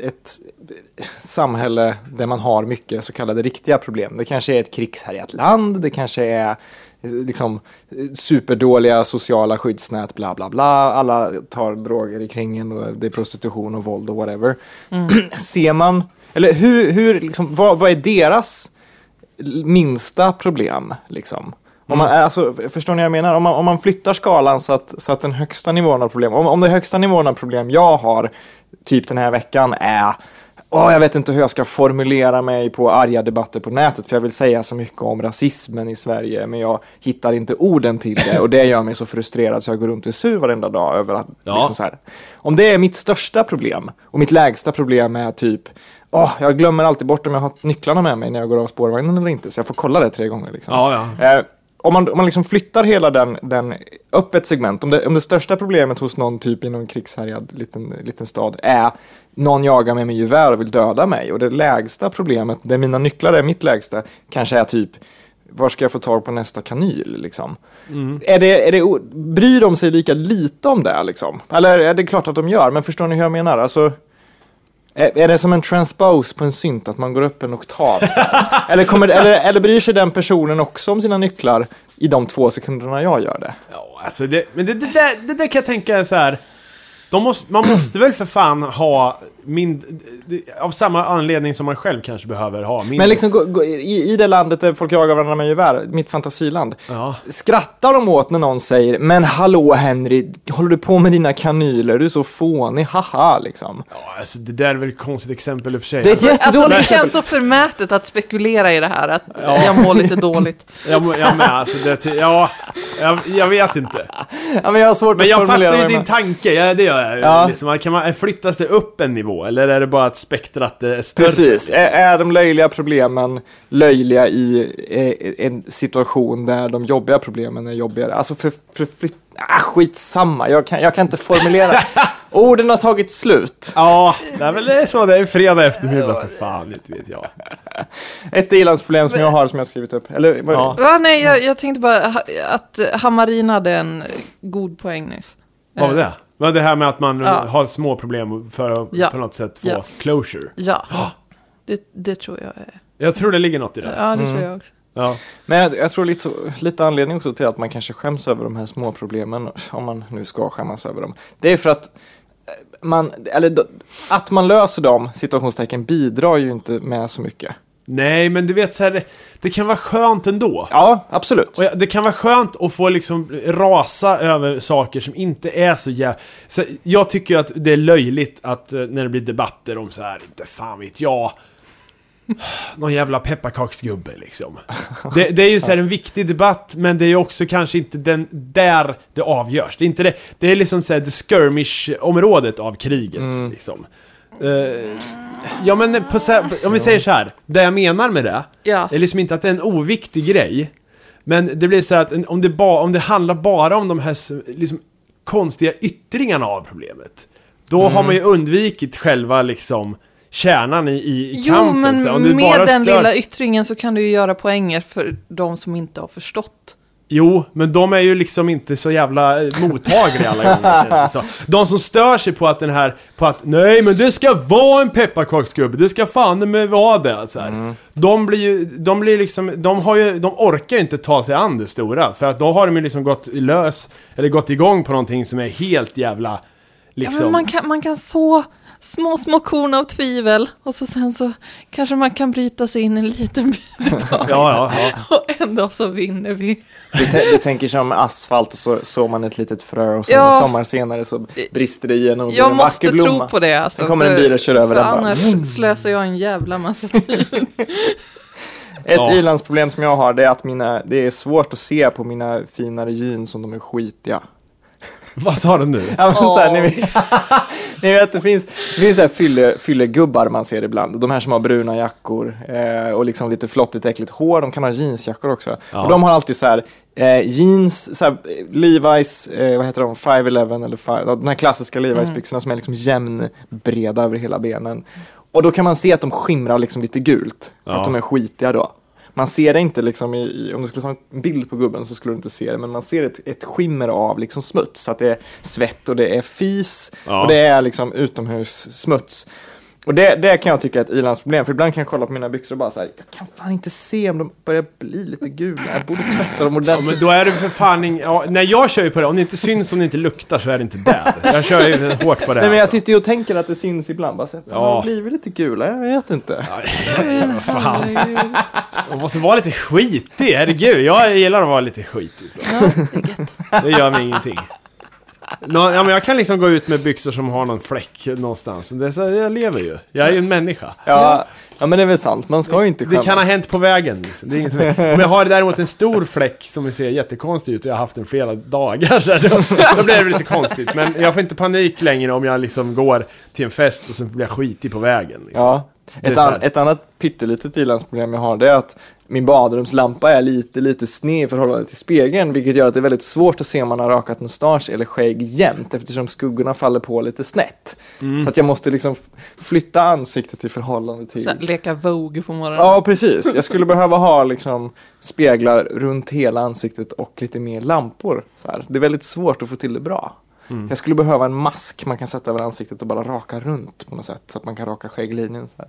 samhälle där man har mycket så kallade riktiga problem. Det kanske är ett krigshärjat land, det kanske är liksom superdåliga sociala skyddsnät, bla bla bla. Alla tar droger i kringen och det är prostitution och våld och whatever. Ser man, eller hur liksom, vad är deras minsta problem liksom? Om man, alltså, förstår ni vad jag menar? Om man flyttar skalan så att den högsta nivån av problem, om den högsta nivån av problem jag har typ den här veckan är jag vet inte hur jag ska formulera mig på arga debatter på nätet, för jag vill säga så mycket om rasismen i Sverige, men jag hittar inte orden till det, och det gör mig så frustrerad så jag går runt och sur varenda dag över att liksom så här. Om det är mitt största problem och mitt lägsta problem är typ jag glömmer alltid bort om jag har nycklarna med mig när jag går av spårvagnen eller inte, så jag får kolla det 3 gånger liksom. Om man liksom flyttar hela den upp ett segment, om det största problemet hos någon typ i någon krigshärjad liten stad är någon jagar med gevär och vill döda mig, och det lägsta problemet, där mina nycklar är mitt lägsta, kanske är typ var ska jag få tag på nästa kanyl liksom. Bryr de sig lika lite om det liksom? Eller är det klart att de gör, men förstår ni hur jag menar? Alltså, är det som en transpose på en synt, att man går upp en oktav? eller bryr sig den personen också om sina nycklar i de 2 sekunderna jag gör det? Ja, alltså det där kan jag tänka så här. Man måste väl för fan ha av samma anledning som man själv kanske behöver ha mindre. Men liksom i det landet där folk jagar varandra med gevär, mitt fantasiland, skrattar de åt när någon säger, men hallå Henry, håller du på med dina kanyler? Du är så fånig, haha liksom. Ja, alltså det där är väl ett konstigt exempel i och för sig. Det känns så förmätet att spekulera i det här, att jag mår lite dåligt. Jag vet inte. Ja, men jag har svårt men jag fattar ju din tanke, det gör jag. Ja. Liksom, flyttas det upp en nivå, eller är det bara att spektrat är större? Precis, är de löjliga problemen löjliga i en situation där de jobbiga problemen är jobbigare? Alltså skitsamma, jag kan inte formulera. Orden har tagit slut. Ja, det är så. Det är fredag eftermiddag för fan, inte vet jag. Ett ilandsproblem som jag har som jag skrivit upp. Eller, nej, jag tänkte bara att Hammarin hade en god poäng nyss. Vad var det? Var det här med att man har små problem för att på något sätt få closure? Ja, det tror jag är. Jag tror det ligger något i det. Ja, det tror jag också. Ja. Men jag tror lite anledning också till att man kanske skäms över de här små problemen, om man nu ska skämmas över dem. Det är för att att man löser dem, situationstecken, bidrar ju inte med så mycket. Nej, men du vet så här, det kan vara skönt ändå. Ja, absolut. Och det kan vara skönt att få liksom rasa över saker som inte är så jävla... Så jag tycker att det är löjligt att när det blir debatter om så här, inte fan vet jag, någon jävla pepparkaksgubbe liksom. Det är ju så här en viktig debatt, men det är ju också kanske inte den där det avgörs. Det är inte det. Det är liksom så här det skirmish-området av kriget liksom. Ja, men om vi säger så här, det jag menar med det är liksom inte att det är en oviktig grej, men det blir så här att om det handlar bara om de här liksom konstiga yttringarna av problemet, då har man ju undvikit själva liksom kärnan i kampen. Jo, men så, om du med bara den lilla yttringen så kan du ju göra poänger för de som inte har förstått. Jo, men de är ju liksom inte så jävla mottagliga alla gånger. Så. De som stör sig på att nej, men det ska vara en pepparkaksgubbe, det ska fan med vara det så här. De blir liksom, de orkar ju inte ta sig an det stora, för att då har de ju liksom gått igång på någonting som är helt jävla liksom. Ja, men man kan så små korn av tvivel, och sen så kanske man kan bryta sig in en liten bit ja. Och ändå så vinner vi. Du tänker som asfalt, så man ett litet frö och så en sommar senare så brister det igenom. Jag måste tro på det alltså, så kommer en bil och kör över den. Annars slösar jag en jävla massa tid. Ett ilandsproblem som jag har, det är att det är svårt att se på mina finare jeans som de är skitiga. Vad sa du nu? Ja, men så här, ni vet, det finns så här fyllegubbar man ser ibland. De här som har bruna jackor och liksom lite flottigt äckligt hår. De kan ha jeansjackor också. Ja. Och de har alltid så här jeans, så här, Levi's, vad heter de? 511 eller de här klassiska Levi's-byxorna som är liksom jämnbreda över hela benen. Och då kan man se att de skimrar liksom lite gult. Att de är skitiga då. Man ser det inte liksom om du skulle ta en bild på gubben så skulle du inte se det, men man ser ett skimmer av liksom smuts, att det är svett och det är fis och det är liksom utomhussmuts. Och det kan jag tycka är ett ilandsproblem, för ibland kan jag kolla på mina byxor och bara så här, jag kan fan inte se om de börjar bli lite gula, jag borde tvätta dem ordentligt. Ja, men då är det för fan när jag kör ju på det, om det inte syns, om det inte luktar, så är det inte där. Jag kör ju hårt på det. Nej, men jag sitter ju och tänker att det syns ibland, bara så att de blir lite gula, jag vet inte. Vad fan. Man måste vara lite skitig, herregud. Jag gillar att vara lite skitig så. Det gör mig ingenting. Men jag kan liksom gå ut med byxor som har någon fläck någonstans. Men det är så, jag lever ju. Jag är ju en människa. Ja, men det är väl sant. Man ska ju inte skämmas. Det kan ha hänt på vägen. Liksom. Det är inget som om jag har däremot en stor fläck som ser jättekonstig ut och jag har haft den flera dagar så då blir det lite konstigt. Men jag får inte panik längre om jag liksom går till en fest och så blir jag skitig på vägen. Liksom. Ja. Ett annat pyttelitet ilandsproblem jag har, det är att min badrumslampa är lite sned i förhållande till spegeln, vilket gör att det är väldigt svårt att se om man har rakat mustasch eller skägg jämt, eftersom skuggorna faller på lite snett. Så att jag måste liksom flytta ansiktet i förhållande till... Så leka Vogue på morgonen. Ja, precis. Jag skulle behöva ha liksom speglar runt hela ansiktet och lite mer lampor. Så här. Det är väldigt svårt att få till det bra. Jag skulle behöva en mask man kan sätta över ansiktet och bara raka runt på något sätt, så att man kan raka skägglinjen så här.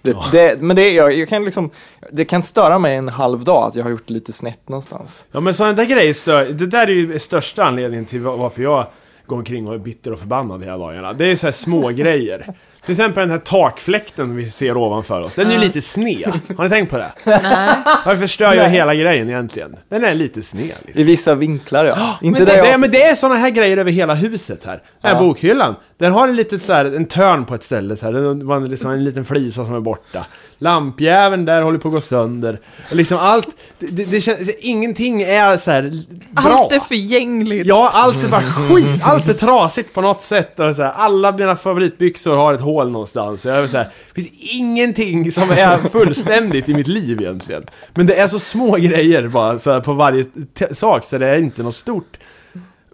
Jag kan liksom, det kan störa mig en halv dag att jag har gjort lite snett någonstans. Ja, men sådana där grejer det där är ju största anledningen till varför jag går omkring och är bitter och förbannad hela dagarna. Det är så här små grejer. Till exempel den här takfläkten vi ser ovanför oss. Den är ju lite sned. Har ni tänkt på det? Nej. Varför förstör jag hela grejen egentligen? Den är lite sned. Liksom. I vissa vinklar, ja. Inte men det är såna här grejer över hela huset här. Den här bokhyllan. Den har en liten så här, en törn på ett ställe så här. Det var liksom en liten flisa som är borta. Lampjäveln där håller på att gå sönder. Och liksom allt det känns, ingenting är så här bra. Allt är förgängligt. Ja, allt är bara skit. Allt är trasigt på något sätt och så här, alla mina favoritbyxor har ett hål någonstans. Så jag vill säga, det finns ingenting som är fullständigt i mitt liv egentligen. Men det är så små grejer bara så här, på varje sak, så det är inte något stort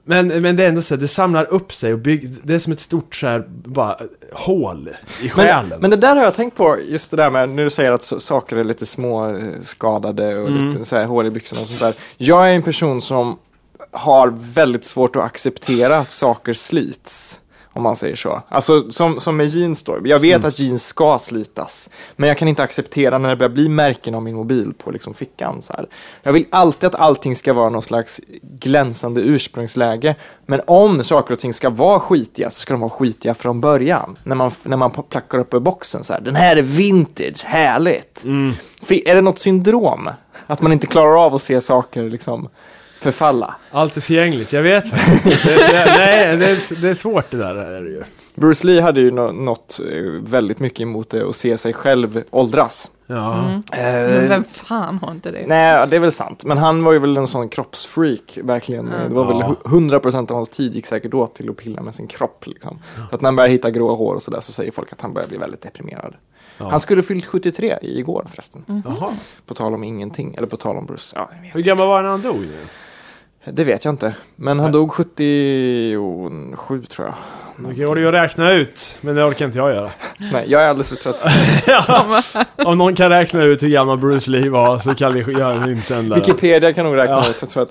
Men det är ändå så här, det samlar upp sig och det är som ett stort så här, bara hål i själen. Men det där har jag tänkt på, just det där med, nu säger att saker är lite små skadade och lite så här hål i byxorna och sånt där. Jag är en person som har väldigt svårt att acceptera att saker slits. Om man säger så. Alltså som med jeans då. Jag vet att jeans ska slitas. Men jag kan inte acceptera när det börjar bli märken av min mobil på liksom fickan. Så här. Jag vill alltid att allting ska vara någon slags glänsande ursprungsläge. Men om saker och ting ska vara skitiga så ska de vara skitiga från början. När man plackar upp i boxen så här. Den här är vintage, härligt. Är det något syndrom? Att man inte klarar av att se saker liksom förfalla. Allt är förgängligt, jag vet faktiskt. Det är svårt det där är det ju. Bruce Lee hade ju något väldigt mycket emot det att se sig själv åldras. Ja. Men vem fan har inte det? Nej, det är väl sant. Men han var ju väl en sån kroppsfreak, verkligen. Det var väl 100% av hans tid gick säkert åt till att pilla med sin kropp. Liksom. Så att när han börjar hitta gråa hår och sådär så säger folk att han börjar bli väldigt deprimerad. Ja. Han skulle fyllt 73 igår förresten. På tal om ingenting, eller på tal om Bruce. Ja, hur gammal var han dog nu? Det vet jag inte. Men han dog 77 tror jag. Okej, och det att räkna ut. Men det orkar inte jag göra. Nej, jag är alldeles för trött. Om någon kan räkna ut hur gammal Bruce Lee var så kan vi göra en insändare. Wikipedia kan nog räkna ut. Jag tror att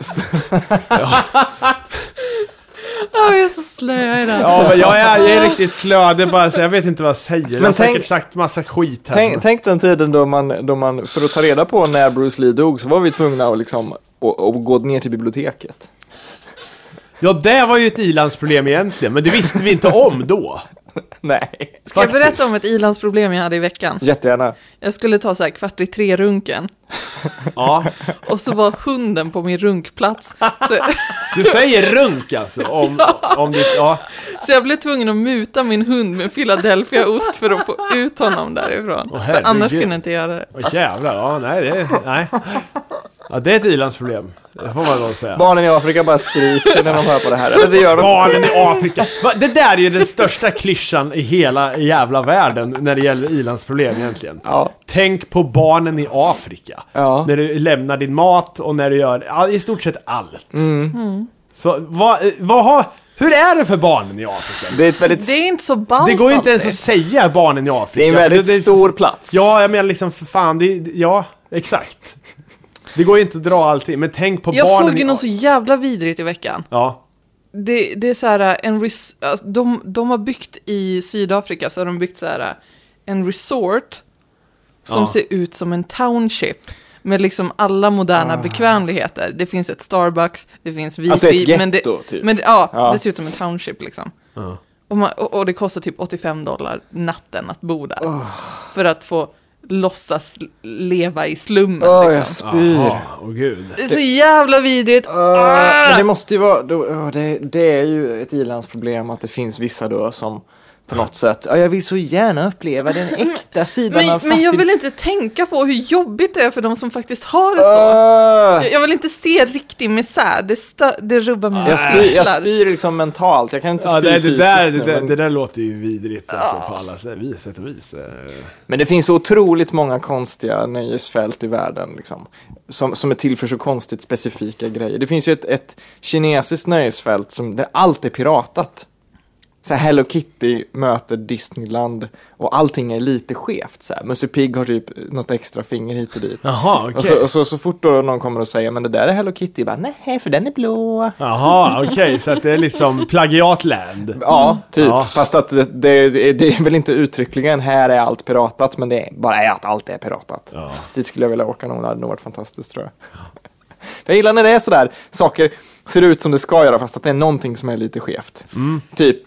Jag är så slö i det. Ja, men jag är riktigt slö. Det är bara så jag vet inte vad jag säger. Jag har säkert sagt massa skit här. Tänk den tiden då man, för att ta reda på när Bruce Lee dog, så var vi tvungna att liksom och gå ner till biblioteket. Ja, det var ju ett ilandsproblem egentligen, men det visste vi inte om då. Nej. Ska jag berätta om ett ilandsproblem jag hade i veckan? Jättegärna. Jag skulle ta så här 2:45-runken. Ja. Och så var hunden på min runkplats. Så... Du säger runk alltså? Om ditt, ja. Så jag blev tvungen att muta min hund med Philadelphia-ost för att få ut honom därifrån. För annars kunde jag inte göra det. Jävlar, ja, nej. Ja, det är ett ilandsproblem. Det får man då säga. Barnen i Afrika bara skriker när de hör på det här. Eller det gör de. Barnen i Afrika. Det där är ju den största klyschan i hela jävla världen när det gäller ilandsproblem egentligen. Ja. Tänk på barnen i Afrika. Ja. När du lämnar din mat och när du gör i stort sett allt. Så hur är det för barnen i Afrika? Det är inte så ballt. Det går ju inte ens att säga barnen i Afrika. Det är en väldigt stor plats. Ja, jag menar liksom för fan. Ja, exakt. Det går ju inte att dra allting, men tänk på barnen. Jag såg ju något så jävla vidrigt i veckan. Ja. Det är så här de har byggt i Sydafrika, så har de byggt så här en resort som ser ut som en township med liksom alla moderna bekvämligheter. Det finns ett Starbucks, det finns wifi, alltså ett ghetto, typ. Det ser ut som en township liksom. Och det kostar typ $85 natten att bo där. För att få låtsas leva i slummen. Liksom. Jag spyr. Gud. Det är så jävla vidrigt. Men det måste ju vara det är ju ett ilandsproblem att det finns vissa då som på något sätt, jag vill så gärna uppleva den äkta sidan av men jag vill inte tänka på hur jobbigt det är för de som faktiskt har det så. Jag vill inte se riktig misär. Det rubbar mina jag spyr liksom mentalt. Jag kan inte spy fysiskt det där låter ju vidrigt alltså, på alla sätt och vis. Men det finns så otroligt många konstiga nöjesfält i världen liksom, som är till för så konstigt specifika grejer. Det finns ju ett kinesiskt nöjesfält där allt är piratat. Så här Hello Kitty möter Disneyland och allting är lite skevt så här. Musse Pigg har typ något extra finger hit och dit. Jaha, okej. Och så fort då någon kommer och säger men det där är Hello Kitty, bara nej, för den är blå. Jaha, okej, så att det är liksom plagiatland. Ja, typ. Ja. Fast att det är väl inte uttryckligen här är allt piratat, men det bara är att allt är piratat. Ja. Dit skulle jag vilja åka någon, det hade nog varit fantastiskt tror jag. Jag gillar när det är sådär, saker ser ut som det ska göra fast att det är någonting som är lite skevt. Typ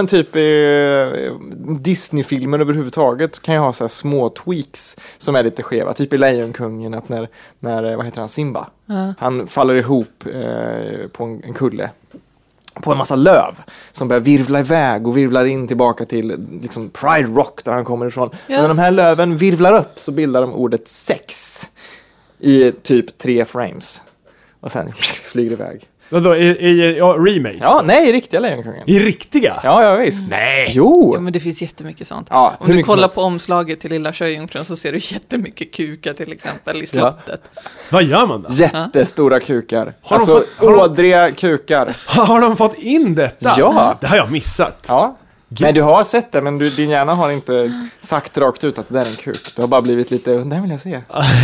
Disney-filmer överhuvudtaget kan ju ha så här små tweaks som är lite skeva. Typ i Lejonkungen att när vad heter han, Simba? Han faller ihop på en kulle på en massa löv som börjar virvla iväg och virvlar in tillbaka till liksom Pride Rock där han kommer ifrån. Ja. När de här löven virvlar upp så bildar de ordet sex i typ 3 frames. Och sen flyger det iväg. Vadå, i remakes? Ja, nej, i riktiga Lejonkungen. I riktiga? Ja, visst. Nej. Jo. Ja, men det finns jättemycket sånt. Ja, om du kollar på omslaget till Lilla Sjöjungfrun så ser du jättemycket kukar till exempel i slottet. Vad gör man då? Jättestora kukar. Har alltså ådriga kukar. Har de fått in detta? Ja. Det har jag missat. Ja. Nej, du har sett det, men din hjärna har inte sagt rakt ut att det där är en kuk. Du har bara blivit lite, den vill jag se.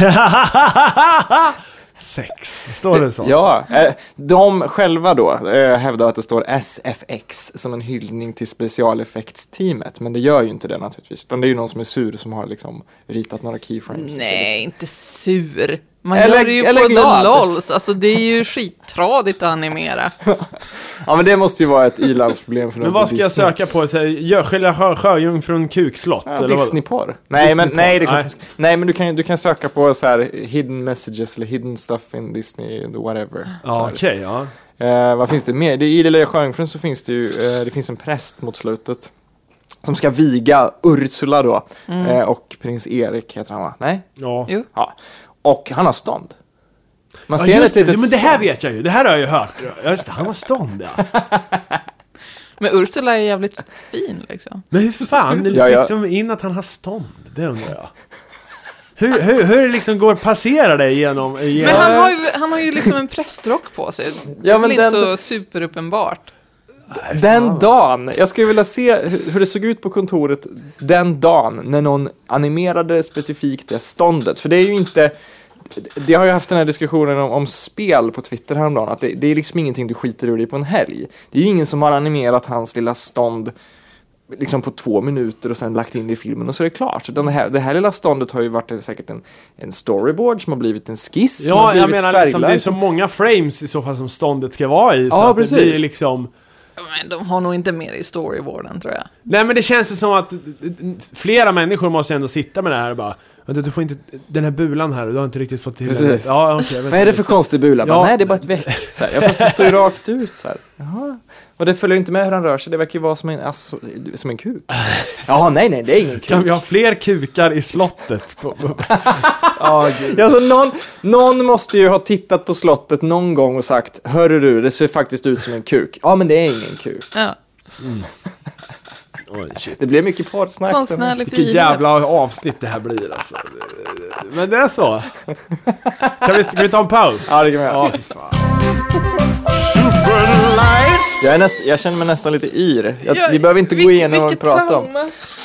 Sex, står det så? Ja, de själva då hävdar att det står SFX som en hyllning till specialeffektsteamet, men det gör ju inte det naturligtvis, utan det är ju någon som är sur som har liksom ritat några keyframes. Nej, inte sur. Man gör det ju på the lols, alltså det är ju skittradigt att animera. Ja, men det måste ju vara ett ilandsproblem för men vad ska jag söka på? Görskälla Sjöjungfrun kukslott? Ja, Disneyporr. Nej, men nej, det är klart. Nej, men du kan söka på så här hidden messages eller hidden stuff in Disney whatever. Ja, okej, ja. Vad finns det mer? I Lilla Sjöjungfrun så finns det ju det finns en präst mot slutet som ska viga Ursula då och prins Erik heter han, va? Nej? Ja. Jo. Ja. Och han har stånd. Man ser just ett det, men det här vet jag ju. Det här har jag ju hört. Just det, han har stånd, ja. Men Ursula är jävligt fin, liksom. Men hur fan fick de in att han har stånd? Det undrar jag. Hur liksom går passera det genom... Men han har ju liksom en prästrock på sig. Det är väl inte så superuppenbart. Den dagen, jag skulle vilja se hur det såg ut på kontoret den dagen när någon animerade specifikt det ståndet. För det är ju inte... Det har ju haft den här diskussionen om spel på Twitter häromdagen, att det är liksom ingenting du skiter ur dig på en helg. Det är ju ingen som har animerat hans lilla stånd liksom på 2 minuter och sen lagt in det i filmen och så är det klart. Det här lilla ståndet har ju varit säkert en storyboard som har blivit en skiss. Ja, jag menar liksom, det är så många frames i så fall som ståndet ska vara i. Så att precis. Det blir liksom... Men de har nog inte mer i storyboarden, tror jag. Nej, men det känns som att flera människor måste ändå sitta med det här och bara, du får inte, den här bulan här, du har inte riktigt fått till det. Ja, okay, vad är det för konstig bula? Ja. Nej, det är bara ett veck. Fast det står ju rakt ut så här. Jaha. Och det följer inte med hur han rör sig. Det verkar ju vara som en kuk. Ja, nej, det är ingen kuk. Kan vi ha fler kukar i slottet? Alltså, någon måste ju ha tittat på slottet någon gång och sagt, hörru du, det ser faktiskt ut som en kuk. Ja, men det är ingen kuk. Ja. Oj, shit. Det blir mycket porrsnack. Vilket jävla avsnitt det här blir, alltså. Men det är så. Kan vi ta en paus? Ja, det kan vi göra. Jag känner mig nästan lite yr. Vi behöver inte gå igenom vad vi pratar om.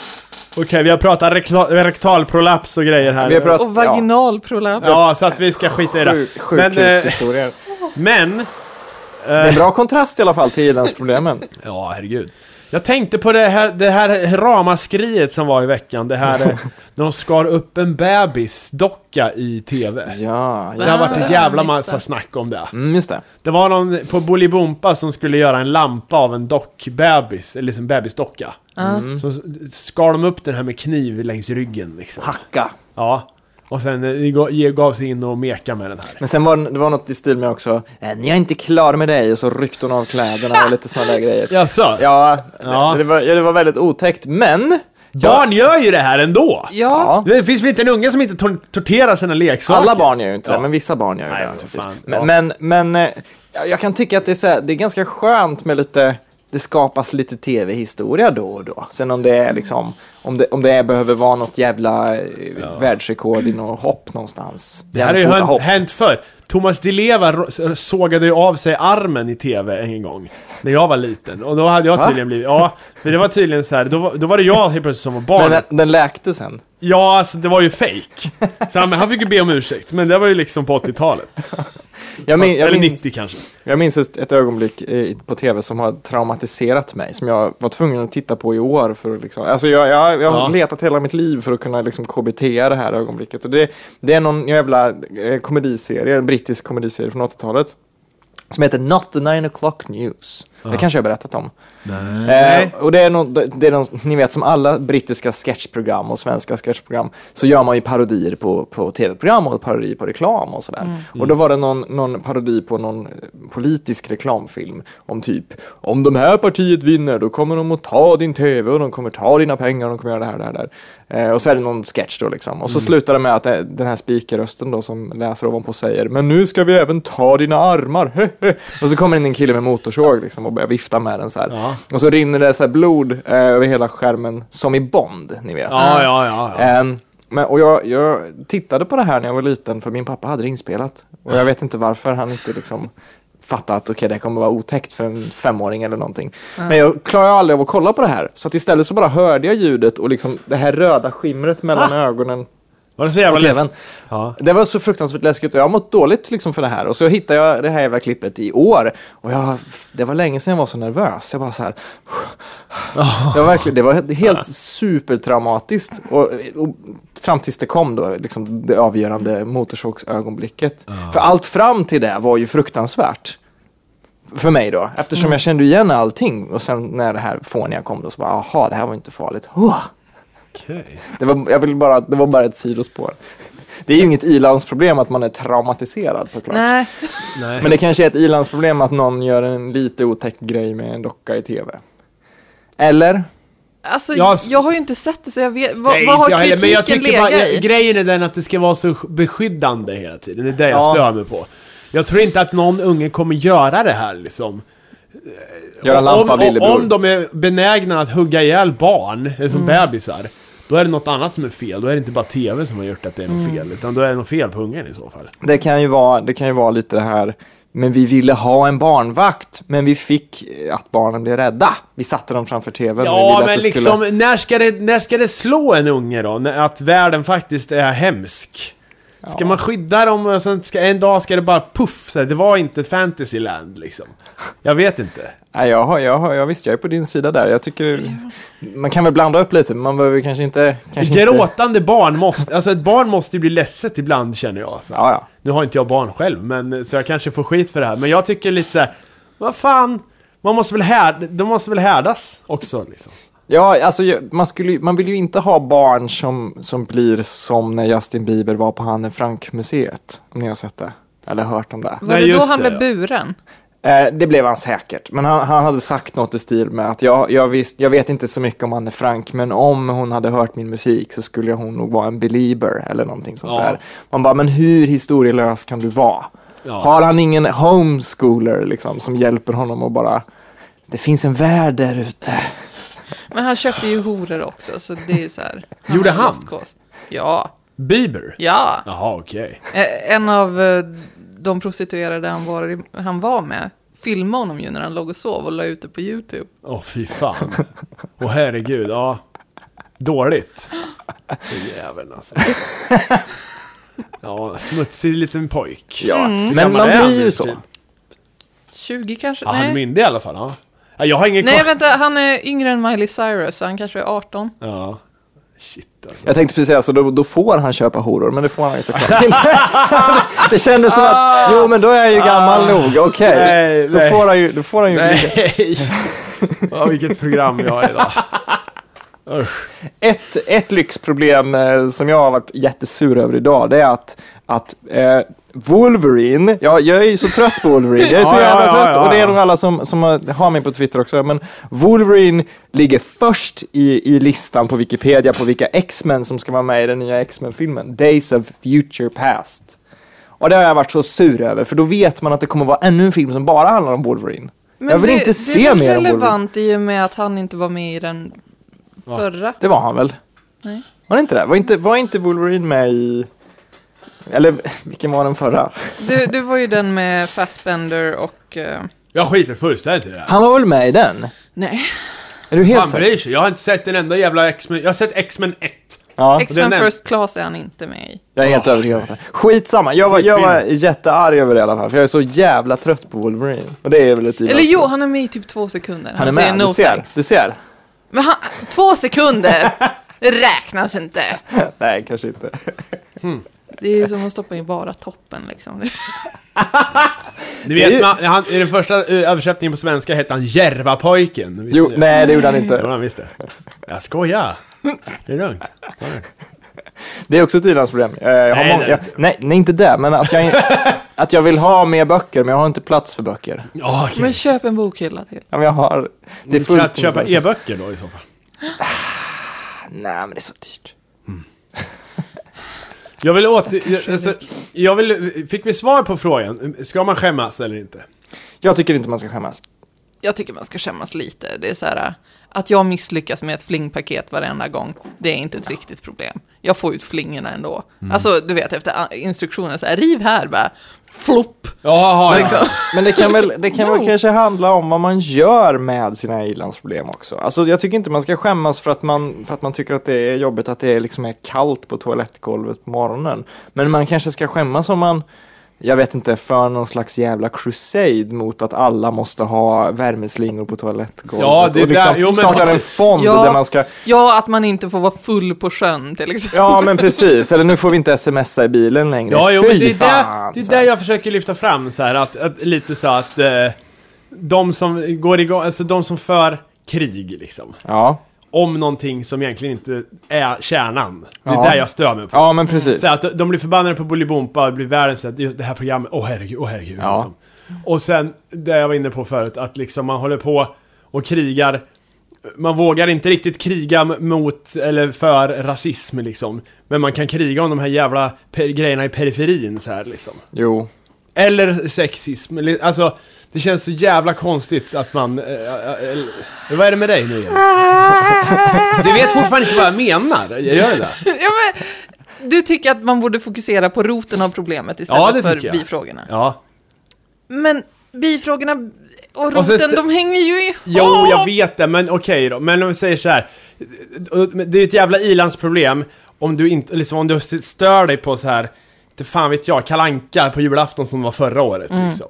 Okej, vi har pratat rektalprolaps och grejer här. Och vaginalprolaps. Ja, så att vi ska skita i det. Sjukhushistorier. Men det är en bra kontrast i alla fall till i-landsproblemen. Ja, herregud. Jag tänkte på det här ramaskriet som var i veckan. Det här när de skar upp en bebisdocka i tv. Ja, det har varit en jävla massa snack om det. Just det. Det var någon på Bolibompa som skulle göra en lampa av en dockbebis, eller liksom bebisdocka. Så skar de upp den här med kniv längs ryggen liksom. Hacka. Ja. Och sen gav sig in och meka med den här. Men sen det var något i stil med också, ni är inte klar med dig, och så ryckte hon av kläderna och lite sådana där grejer. Jaså? Ja. Det var väldigt otäckt, men... Barn gör ju det här ändå. Ja. Det finns väl inte en unge som inte torterar sina leksaker? Alla barn gör ju inte det, men vissa barn gör ju det naturligtvis. Men jag kan tycka att det är ganska skönt med lite... Det skapas lite tv-historia då och då. Sen om det är liksom... Om det behöver vara något jävla världsrekord i något hopp någonstans. Det här har ju hänt förr. Thomas Di Leva sågade ju av sig armen i tv en gång när jag var liten. Och då hade jag tydligen blivit... Ja, för det var tydligen så här... Då var det jag helt plötsligt som var barn. Men den läkte sen. Ja, alltså det var ju fake. Så han fick ju be om ursäkt. Men det var ju liksom på 80-talet. Eller 90 kanske. Jag minns ett ögonblick på tv som har traumatiserat mig, som jag var tvungen att titta på i år för att liksom, alltså jag har letat hela mitt liv för att kunna liksom KBT det här ögonblicket, och det är någon jävla komediserie, en brittisk komediserie från 80-talet som heter Not the 9 o'clock News. Det kanske jag har berättat om. Nej. Och det är någon, ni vet, som alla brittiska sketchprogram och svenska sketchprogram, så gör man ju parodier på tv-program och parodier på reklam och sådär. Och då var det någon parodi på någon politisk reklamfilm om typ, om de här partiet vinner, då kommer de att ta din tv och de kommer ta dina pengar och de kommer göra det här. Och så är det någon sketch då liksom. Och så slutar det med att den här speakerrösten då som läser ovanpå säger men nu ska vi även ta dina armar. Och så kommer in en kille med motorsåg liksom och börjar vifta med den så här. Ja. Och så rinner det så här blod över hela skärmen som i Bond, ni vet. Ja. Och jag tittade på det här när jag var liten för min pappa hade det inspelat. Och jag vet inte varför han inte liksom fattat att det kommer vara otäckt för en 5-åring eller någonting. Men jag klarar aldrig av att kolla på det här. Så att istället så bara hörde jag ljudet och liksom det här röda skimret mellan ögonen. Var det så jävla läskigt? Ja. Det var så fruktansvärt läskigt och jag har mått dåligt liksom för det här. Och så hittade jag det här jävla klippet i år. Och det var länge sedan jag var så nervös. Jag bara så här... Det var helt supertraumatiskt. Och fram tills det kom då, liksom det avgörande motorsågsögonblicket. För allt fram till det var ju fruktansvärt. För mig då. Eftersom jag kände igen allting. Och sen när det här fåniga kom då så bara, aha, det här var inte farligt. Okay. Det var bara ett sidospår. Det är ju inget ilandsproblem att man är traumatiserad såklart. Nej. Men det kanske är ett ilandsproblem att någon gör en lite otäck grej med en docka i tv. Eller? Alltså, jag har ju inte sett det så jag vet. Vad har kritiken legat i? Grejen är den att det ska vara så beskyddande hela tiden. Det är det jag stör mig på. Jag tror inte att någon unge kommer göra det här liksom. Om de är benägna att hugga ihjäl barn som bebisar, då är det något annat som är fel. Då är det inte bara tv som har gjort att det är något fel, utan då är det något fel på ungen i så fall. Det kan ju vara lite det här, men vi ville ha en barnvakt, men vi fick att barnen blev rädda. Vi satte dem framför tvn. Ja, men liksom, när ska det slå en unge då? Att världen faktiskt är hemsk. Ska man skydda dem och sen en dag ska det bara puff, så det var inte Fantasyland liksom. Jag vet inte. Nej, jag visste, jag är på din sida där. Jag tycker man kan väl blanda upp lite, men man behöver kanske inte gråtande barn måste, alltså ett barn måste ju bli ledset ibland, känner jag så. Ja. Nu har inte jag barn själv, men så jag kanske får skit för det här, men jag tycker lite så här, vad fan, de måste väl härdas också liksom. Ja, alltså man vill ju inte ha barn som blir som när Justin Bieber var på Anne Frank-museet, om ni har sett det eller hört om det. Var det då han blev buren? Det blev han säkert, men han hade sagt något i stil med att jag vet inte så mycket om Anne Frank, men om hon hade hört min musik så skulle hon nog vara en belieber eller någonting sånt där. Man bara, men hur historielös kan du vara? Ja. Har han ingen homeschooler liksom, som hjälper honom och bara, det finns en värld där ute. Men han köpte ju horor också, så det är så här. Gjorde han? Ja. Bieber? Ja. Jaha, okej. En av de prostituerade han var med filmade honom ju när han låg och sov och la ut det på YouTube. Fy fan. Herregud, ja. Dåligt. Det jäveln alltså. Ja, smutsig liten pojk. Ja, men man blir ju så. 20 kanske? Ja, han är myndig i alla fall, ja. Jag har ingen vänta, han är yngre än Miley Cyrus, så han kanske är 18. Ja, shit alltså. Jag tänkte precis säga, så då får han köpa horor, men det får han ju såklart inte. Det kändes som att, jo men då är jag ju gammal nog, okej. Då får han ju nej. Ja, vilket program vi har idag. Ett lyxproblem som jag har varit jättesur över idag, det är att Wolverine, jag är ju så trött på Wolverine. Jag är så jävla trött. Och det är nog alla som har mig på Twitter också. Men Wolverine ligger först i listan på Wikipedia på vilka X-Men som ska vara med i den nya X-Men-filmen. Days of Future Past. Och det har jag varit så sur över. För då vet man att det kommer vara ännu en film som bara handlar om Wolverine. Men jag vill inte se mer om Wolverine. Det är relevant i och med att han inte var med i den förra. Det var han väl? Nej. Var det inte det? Var inte Wolverine med i... Eller vilken var den förra? Du var ju den med Fassbender och... Jag skiter fullständigt i det. Han var väl med i den? Nej. Är du helt säker? Jag har inte sett en enda jävla X-Men. Jag har sett X-Men 1. Ja. X-Men First Class är han inte med i. Jag är helt övertygad om det. Skitsamma. Jag var jättearg över det i alla fall. För jag är så jävla trött på Wolverine. Och det är väl ett Eller jo, han är med i typ 2 sekunder. Han är med, no du ser. Men 2 sekunder räknas inte. Nej, kanske inte. Det är ju som att stoppa in bara toppen liksom. Ni vet, i den första översättningen på svenska hette han Järvapojken. Jo, nej, det gjorde han inte. Jo, han visste. Jag skojar. Det är lugnt. Det är också ett ilandsproblem. Nej, inte det. Men att jag vill ha mer böcker, men jag har inte plats för böcker. Okay. Men köp en bokhylla till. Ja, men jag har... Det är fullt. Kan köpa e-böcker då i så fall? Nej, men det är så dyrt. Fick vi svar på frågan? Ska man skämmas eller inte? Jag tycker inte man ska skämmas. Jag tycker man ska skämmas lite. Det är så här, att jag misslyckas med ett flingpaket varenda gång, det är inte ett riktigt problem. Jag får ut flingorna ändå. Alltså, du vet, efter instruktioner så här, riv här, bara, flopp. Liksom. Men det kan väl kanske handla om vad man gör med sina ilandsproblem också. Alltså, jag tycker inte man ska skämmas för att man tycker att det är jobbigt att det liksom är kallt på toalettgolvet på morgonen. Men man kanske ska skämmas om man, jag vet inte, för någon slags jävla crusade mot att alla måste ha värmeslingor på toalettgolvet. Ja, det är och liksom startar en fond där man ska... Ja, att man inte får vara full på sjön till exempel. Ja, men precis. Eller nu får vi inte smsa i bilen längre. Ja, men det är där jag försöker lyfta fram så här, att lite så att de som går igång, alltså de som för krig liksom. Ja. Om någonting som egentligen inte är kärnan. Det är där jag stör mig på. Ja, men precis. Så att de blir förbannade på Bolibompa och blir världens att det här programmet, herregud. Ja. Liksom. Och sen, det jag var inne på förut, att liksom man håller på och krigar. Man vågar inte riktigt kriga mot eller för rasism liksom. Men man kan kriga om de här jävla grejerna i periferin så här liksom. Jo. Eller sexism. Alltså, det känns så jävla konstigt att man... vad är det med dig nu igen? Du vet fortfarande inte vad jag menar. Jag gör det. Ja, men, du tycker att man borde fokusera på roten av problemet istället för bifrågorna. Ja. Men bifrågorna och roten, de hänger ju ihop. Jo, jag vet det, men okej då. Men om vi säger så här. Det är ett jävla ilandsproblem om du inte, liksom, om du stör dig på så här, inte fan vet jag, Kalle Anka på julafton som var förra året liksom.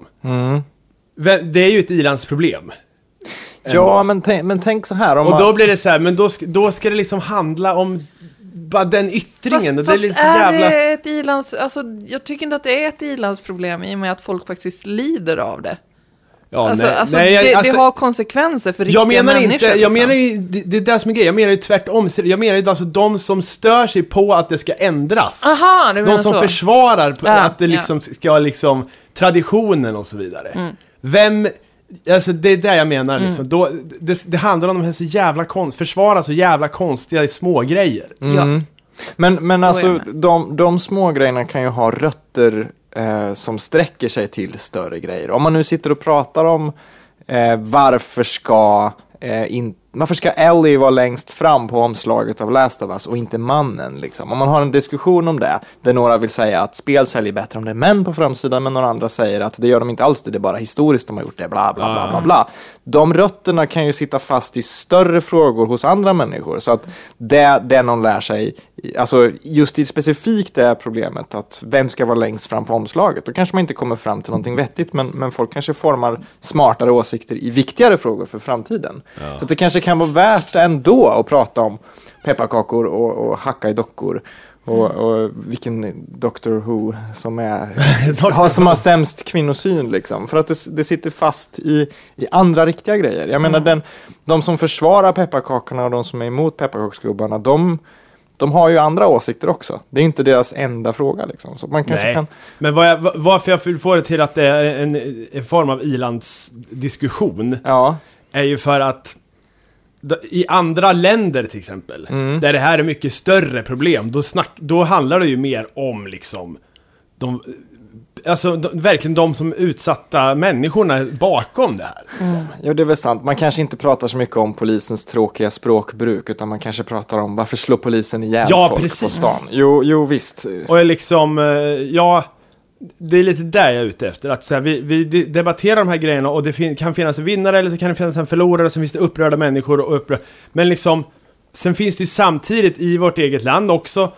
Det är ju ett ilandsproblem. Ja, men tänk så här om och då blir det så här, men då ska det liksom handla om bara den yttringen. Fast det är, liksom jävla... det ett ilands... Alltså, jag tycker inte att det är ett ilandsproblem i och med att folk faktiskt lider av det. Ja, det har konsekvenser för riktiga människor. Jag menar ju, det är det som är grejen. Jag menar ju tvärtom. Jag menar ju alltså de som stör sig på att det ska ändras. Aha, det menar de som så. Försvarar att det liksom ska liksom traditionen och så vidare. Alltså det är det jag menar liksom. Då, det handlar om de här så jävla försvara så jävla konstiga små grejer. Men alltså de små grejerna kan ju ha rötter som sträcker sig till större grejer. Om man nu sitter och pratar om varför ska Ellie vara längst fram på omslaget av Last of Us och inte mannen liksom. Om man har en diskussion om det, där några vill säga att spel säljer bättre om det är män på framsidan, men några andra säger att det gör de inte alls, det är bara historiskt de har gjort det, bla bla bla bla bla. De rötterna kan ju sitta fast i större frågor hos andra människor, så att det någon lär sig, alltså just i specifikt det här problemet att vem ska vara längst fram på omslaget, då kanske man inte kommer fram till någonting vettigt, men folk kanske formar smartare åsikter i viktigare frågor för framtiden. Så att det kanske kan vara värt ändå att prata om pepparkakor och hacka i dockor och vilken Doctor Who som har sämst kvinnosyn liksom, för att det sitter fast i andra riktiga grejer. Jag menar de som försvarar pepparkakorna och de som är emot pepparkaksgubbarna, de har ju andra åsikter också. Det är inte deras enda fråga liksom. Så man kanske kan... Men varför jag får det till att det är en form av ilandsdiskussion är ju för att i andra länder till exempel, där det här är mycket större problem, då handlar det ju mer om liksom verkligen de som utsatta människorna bakom det här liksom. Ja, det är väl sant. Man kanske inte pratar så mycket om polisens tråkiga språkbruk, utan man kanske pratar om varför slår polisen ihjäl folk på stan. Jo, visst. Och liksom, det är lite där jag är ute efter. Att så här, vi debatterar de här grejerna och det kan finnas en vinnare eller så kan det finnas en förlorare, så finns det upprörda människor men liksom, sen finns det ju samtidigt i vårt eget land också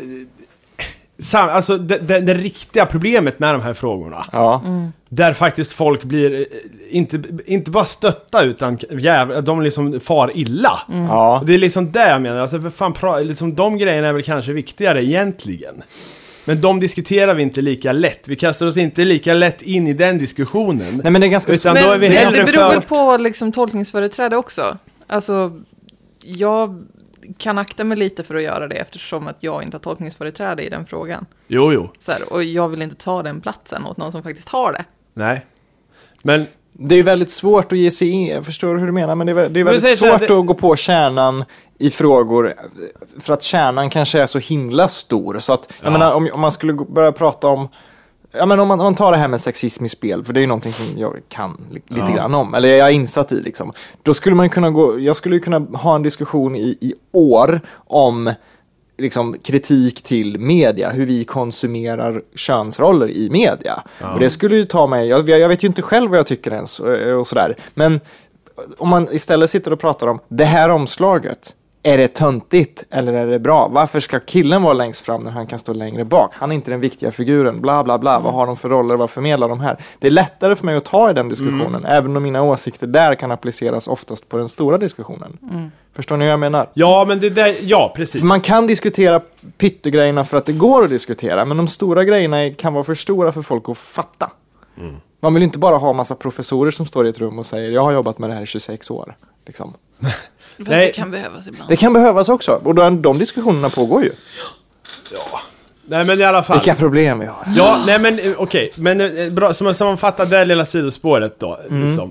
alltså det riktiga problemet med de här frågorna. Där faktiskt folk blir inte bara stötta, utan de liksom far illa. Det är liksom det jag menar. Alltså för fan, liksom, de grejerna är väl kanske viktigare egentligen. Men de diskuterar vi inte lika lätt. Vi kastar oss inte lika lätt in i den diskussionen. Nej, men det är ganska utan då är vi det beror väl på liksom tolkningsföreträde också. Alltså, jag kan akta mig lite för att göra det, eftersom att jag inte har tolkningsföreträde i den frågan. Jo. Så här, och jag vill inte ta den platsen åt någon som faktiskt har det. Nej. Men Det är väldigt svårt att ge sig in, jag förstår hur du menar, men det är väldigt svårt att gå på kärnan i frågor, för att kärnan kanske är så himla stor. Så att, jag menar, om man skulle börja prata om, om man tar det här med sexism i spel, för det är ju någonting som jag kan lite grann om, eller jag är insatt i liksom. Då skulle man jag skulle kunna ha en diskussion i år om liksom kritik till media, hur vi konsumerar könsroller i media. Och det skulle ju ta mig, jag vet ju inte själv vad jag tycker ens och sådär, men om man istället sitter och pratar om det här omslaget, är det töntigt eller är det bra? Varför ska killen vara längst fram när han kan stå längre bak? Han är inte den viktiga figuren, bla bla bla. Vad har de för roller, vad förmedlar de här? Det är lättare för mig att ta i den diskussionen, även om mina åsikter där kan appliceras oftast på den stora diskussionen. Förstår ni vad jag menar? Ja, men det där, ja, precis. Man kan diskutera pyttegrejerna för att det går att diskutera, men de stora grejerna kan vara för stora för folk att fatta. Man vill inte bara ha massa professorer som står i ett rum och säger jag har jobbat med det här i 26 år. Liksom. Det kan behövas ibland. Det kan behövas också. Och de diskussionerna pågår ju. Ja. Nej, men i alla fall. Vilka problem vi har. Ja, nej men okej. Men bra, som man sammanfattar det lilla sidospåret då. Liksom.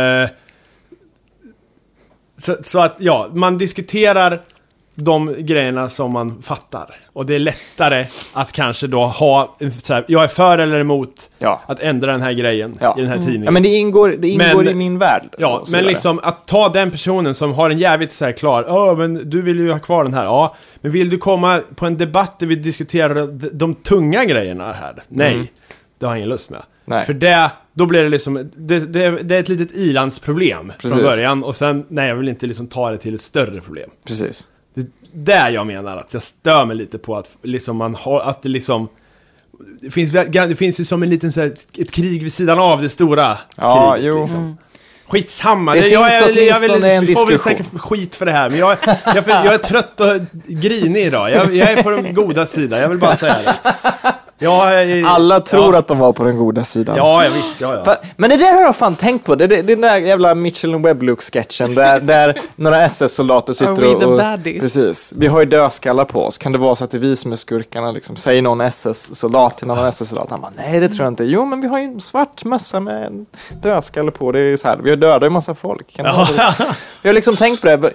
Så att, ja, man diskuterar de grejerna som man fattar. Och det är lättare att kanske då ha så här, jag är för eller emot att ändra den här grejen i den här tidningen. Ja, men det ingår i min värld. Ja, men liksom att ta den personen som har en jävligt så här klar, men du vill ju ha kvar den här. Ja, men vill du komma på en debatt där vi diskuterar de tunga grejerna här? Nej, det har jag ingen lust med. Nej. För då blir det liksom det är ett litet ilandsproblem från början, och sen jag vill inte liksom ta det till ett större problem. Precis. Det är där jag menar att jag stör mig lite på att liksom man har att det liksom det finns ju som en liten så här, ett krig vid sidan av det stora kriget liksom. Skitsamma. Vi får väl säkert skit för det här, men jag är trött och grinig idag. Jag är på den goda sidan. Jag vill bara säga det. Alla tror att de var på den goda sidan. Ja, visst. Men det där har jag fan tänkt på. Det den där jävla Mitchell & Webb-look-sketchen där några SS-soldater sitter och precis. Vi har ju dödskallar på oss. Kan det vara så att det är vi som är skurkarna liksom? Säger någon SS-soldat till någon SS-soldat. Han bara, nej det tror jag inte. Jo, men vi har ju en svart mössa med en dödskalle på. Det är så här, vi har dödat en massa folk. Jag har liksom tänkt på det.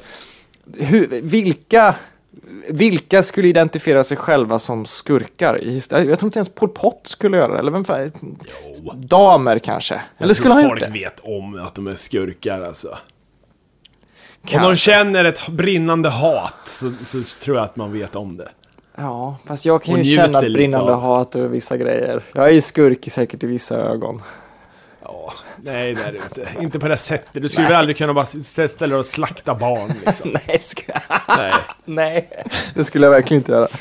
Vilka skulle identifiera sig själva som skurkar i historien? Jag tror inte ens Pol Pot skulle göra det. Eller vem fan? Damer kanske. Eller skulle han folk vet om att de är skurkar alltså. Om de känner ett brinnande hat så tror jag att man vet om det. Ja, fast jag kan ju känna ett brinnande hat över vissa grejer. Jag är ju skurk säkert i vissa ögon. Ja, nej det är det inte. Inte på det sättet. Du skulle väl aldrig kunna bara ställa dig och slakta barn liksom. Nej, det skulle jag verkligen inte göra.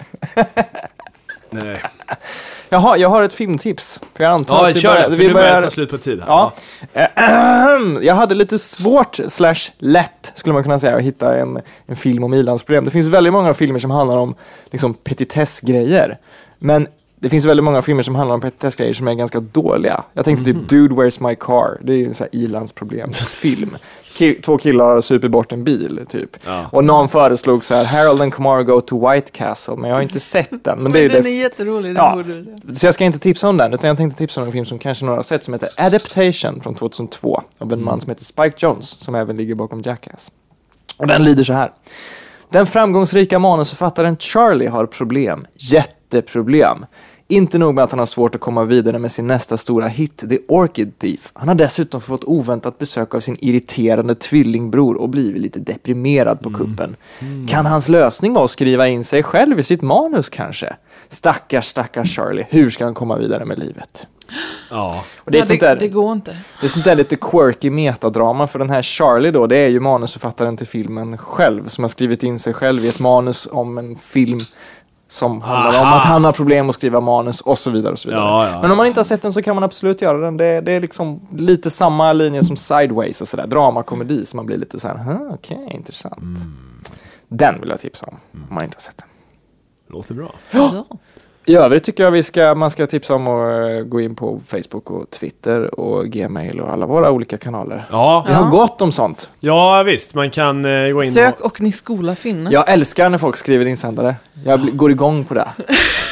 Nej. Jaha, jag har ett filmtips. För jag antar att vi börjar ta slut på tid här. Ja. Jag hade lite svårt / lätt, skulle man kunna säga, att hitta en film om ilandsproblem. Det finns väldigt många filmer som handlar om liksom petitessgrejer. Men det finns väldigt många filmer som handlar om petitessgrejer som är ganska dåliga. Jag tänkte typ Dude, Where's My Car? Det är ju en sån här ilandsproblemsfilm. 2 killar super bort en bil typ. Ja. Och någon föreslog så här Harold and Kumar go to White Castle, men jag har inte sett den. Men den är jätterolig. Så jag ska inte tipsa om den, utan jag tänkte tipsa om en film som kanske några har sett som heter Adaptation från 2002 av en man som heter Spike Jonze, som även ligger bakom Jackass. Och den lyder så här. Den framgångsrika manusförfattaren Charlie har problem. Jätteproblem. Inte nog med att han har svårt att komma vidare med sin nästa stora hit, The Orchid Thief. Han har dessutom fått oväntat besök av sin irriterande tvillingbror och blivit lite deprimerad på kuppen. Kan hans lösning vara att skriva in sig själv i sitt manus kanske? Stackars Charlie. Hur ska han komma vidare med livet? Ja. Och det går inte. Det är sånt där lite quirky metadrama, för den här Charlie då, det är ju manusförfattaren till filmen själv som har skrivit in sig själv i ett manus om en film som handlar om att han har problem att skriva manus och så vidare och så vidare. Ja. Men om man inte har sett den så kan man absolut göra den. Det är liksom lite samma linje som Sideways och sådär. Dramakomedi som man blir lite så här, okej, intressant. Den vill jag tipsa om man inte har sett den. Låter bra. Ja. I övrigt tycker jag man ska tipsa om att gå in på Facebook och Twitter och Gmail och alla våra olika kanaler. Ja. Vi har gott om sånt. Ja, visst. Man kan gå in Sök och ni skola finna. Jag älskar när folk skriver insändare. Jag går igång på det.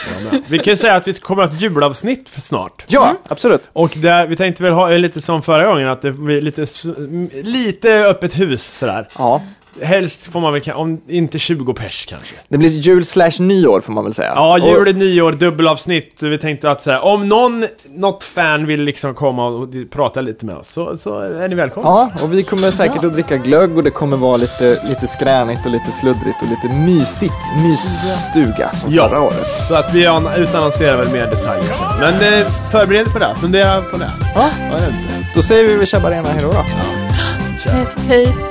Vi kan ju säga att vi kommer att ha ett julavsnitt för snart. Ja, absolut. Och där, vi tänkte väl ha lite som förra gången, att det blir lite öppet hus sådär. Ja. Helst får man väl, om inte 20 pers kanske. Det blir jul/nyår får man väl säga. Ja, jul och nyår, dubbelavsnitt. Vi tänkte att så här, om något fan vill liksom komma och prata lite med oss, så är ni välkomna. Ja, och vi kommer säkert att dricka glögg, och det kommer vara lite skränigt och lite sluddrigt och lite mysstuga som förra året. Så att vi utannonserar väl mer detaljer. Men förbered på det, fundera på det. Ja, då säger vi väl Tjabbarena, hej då. Hej.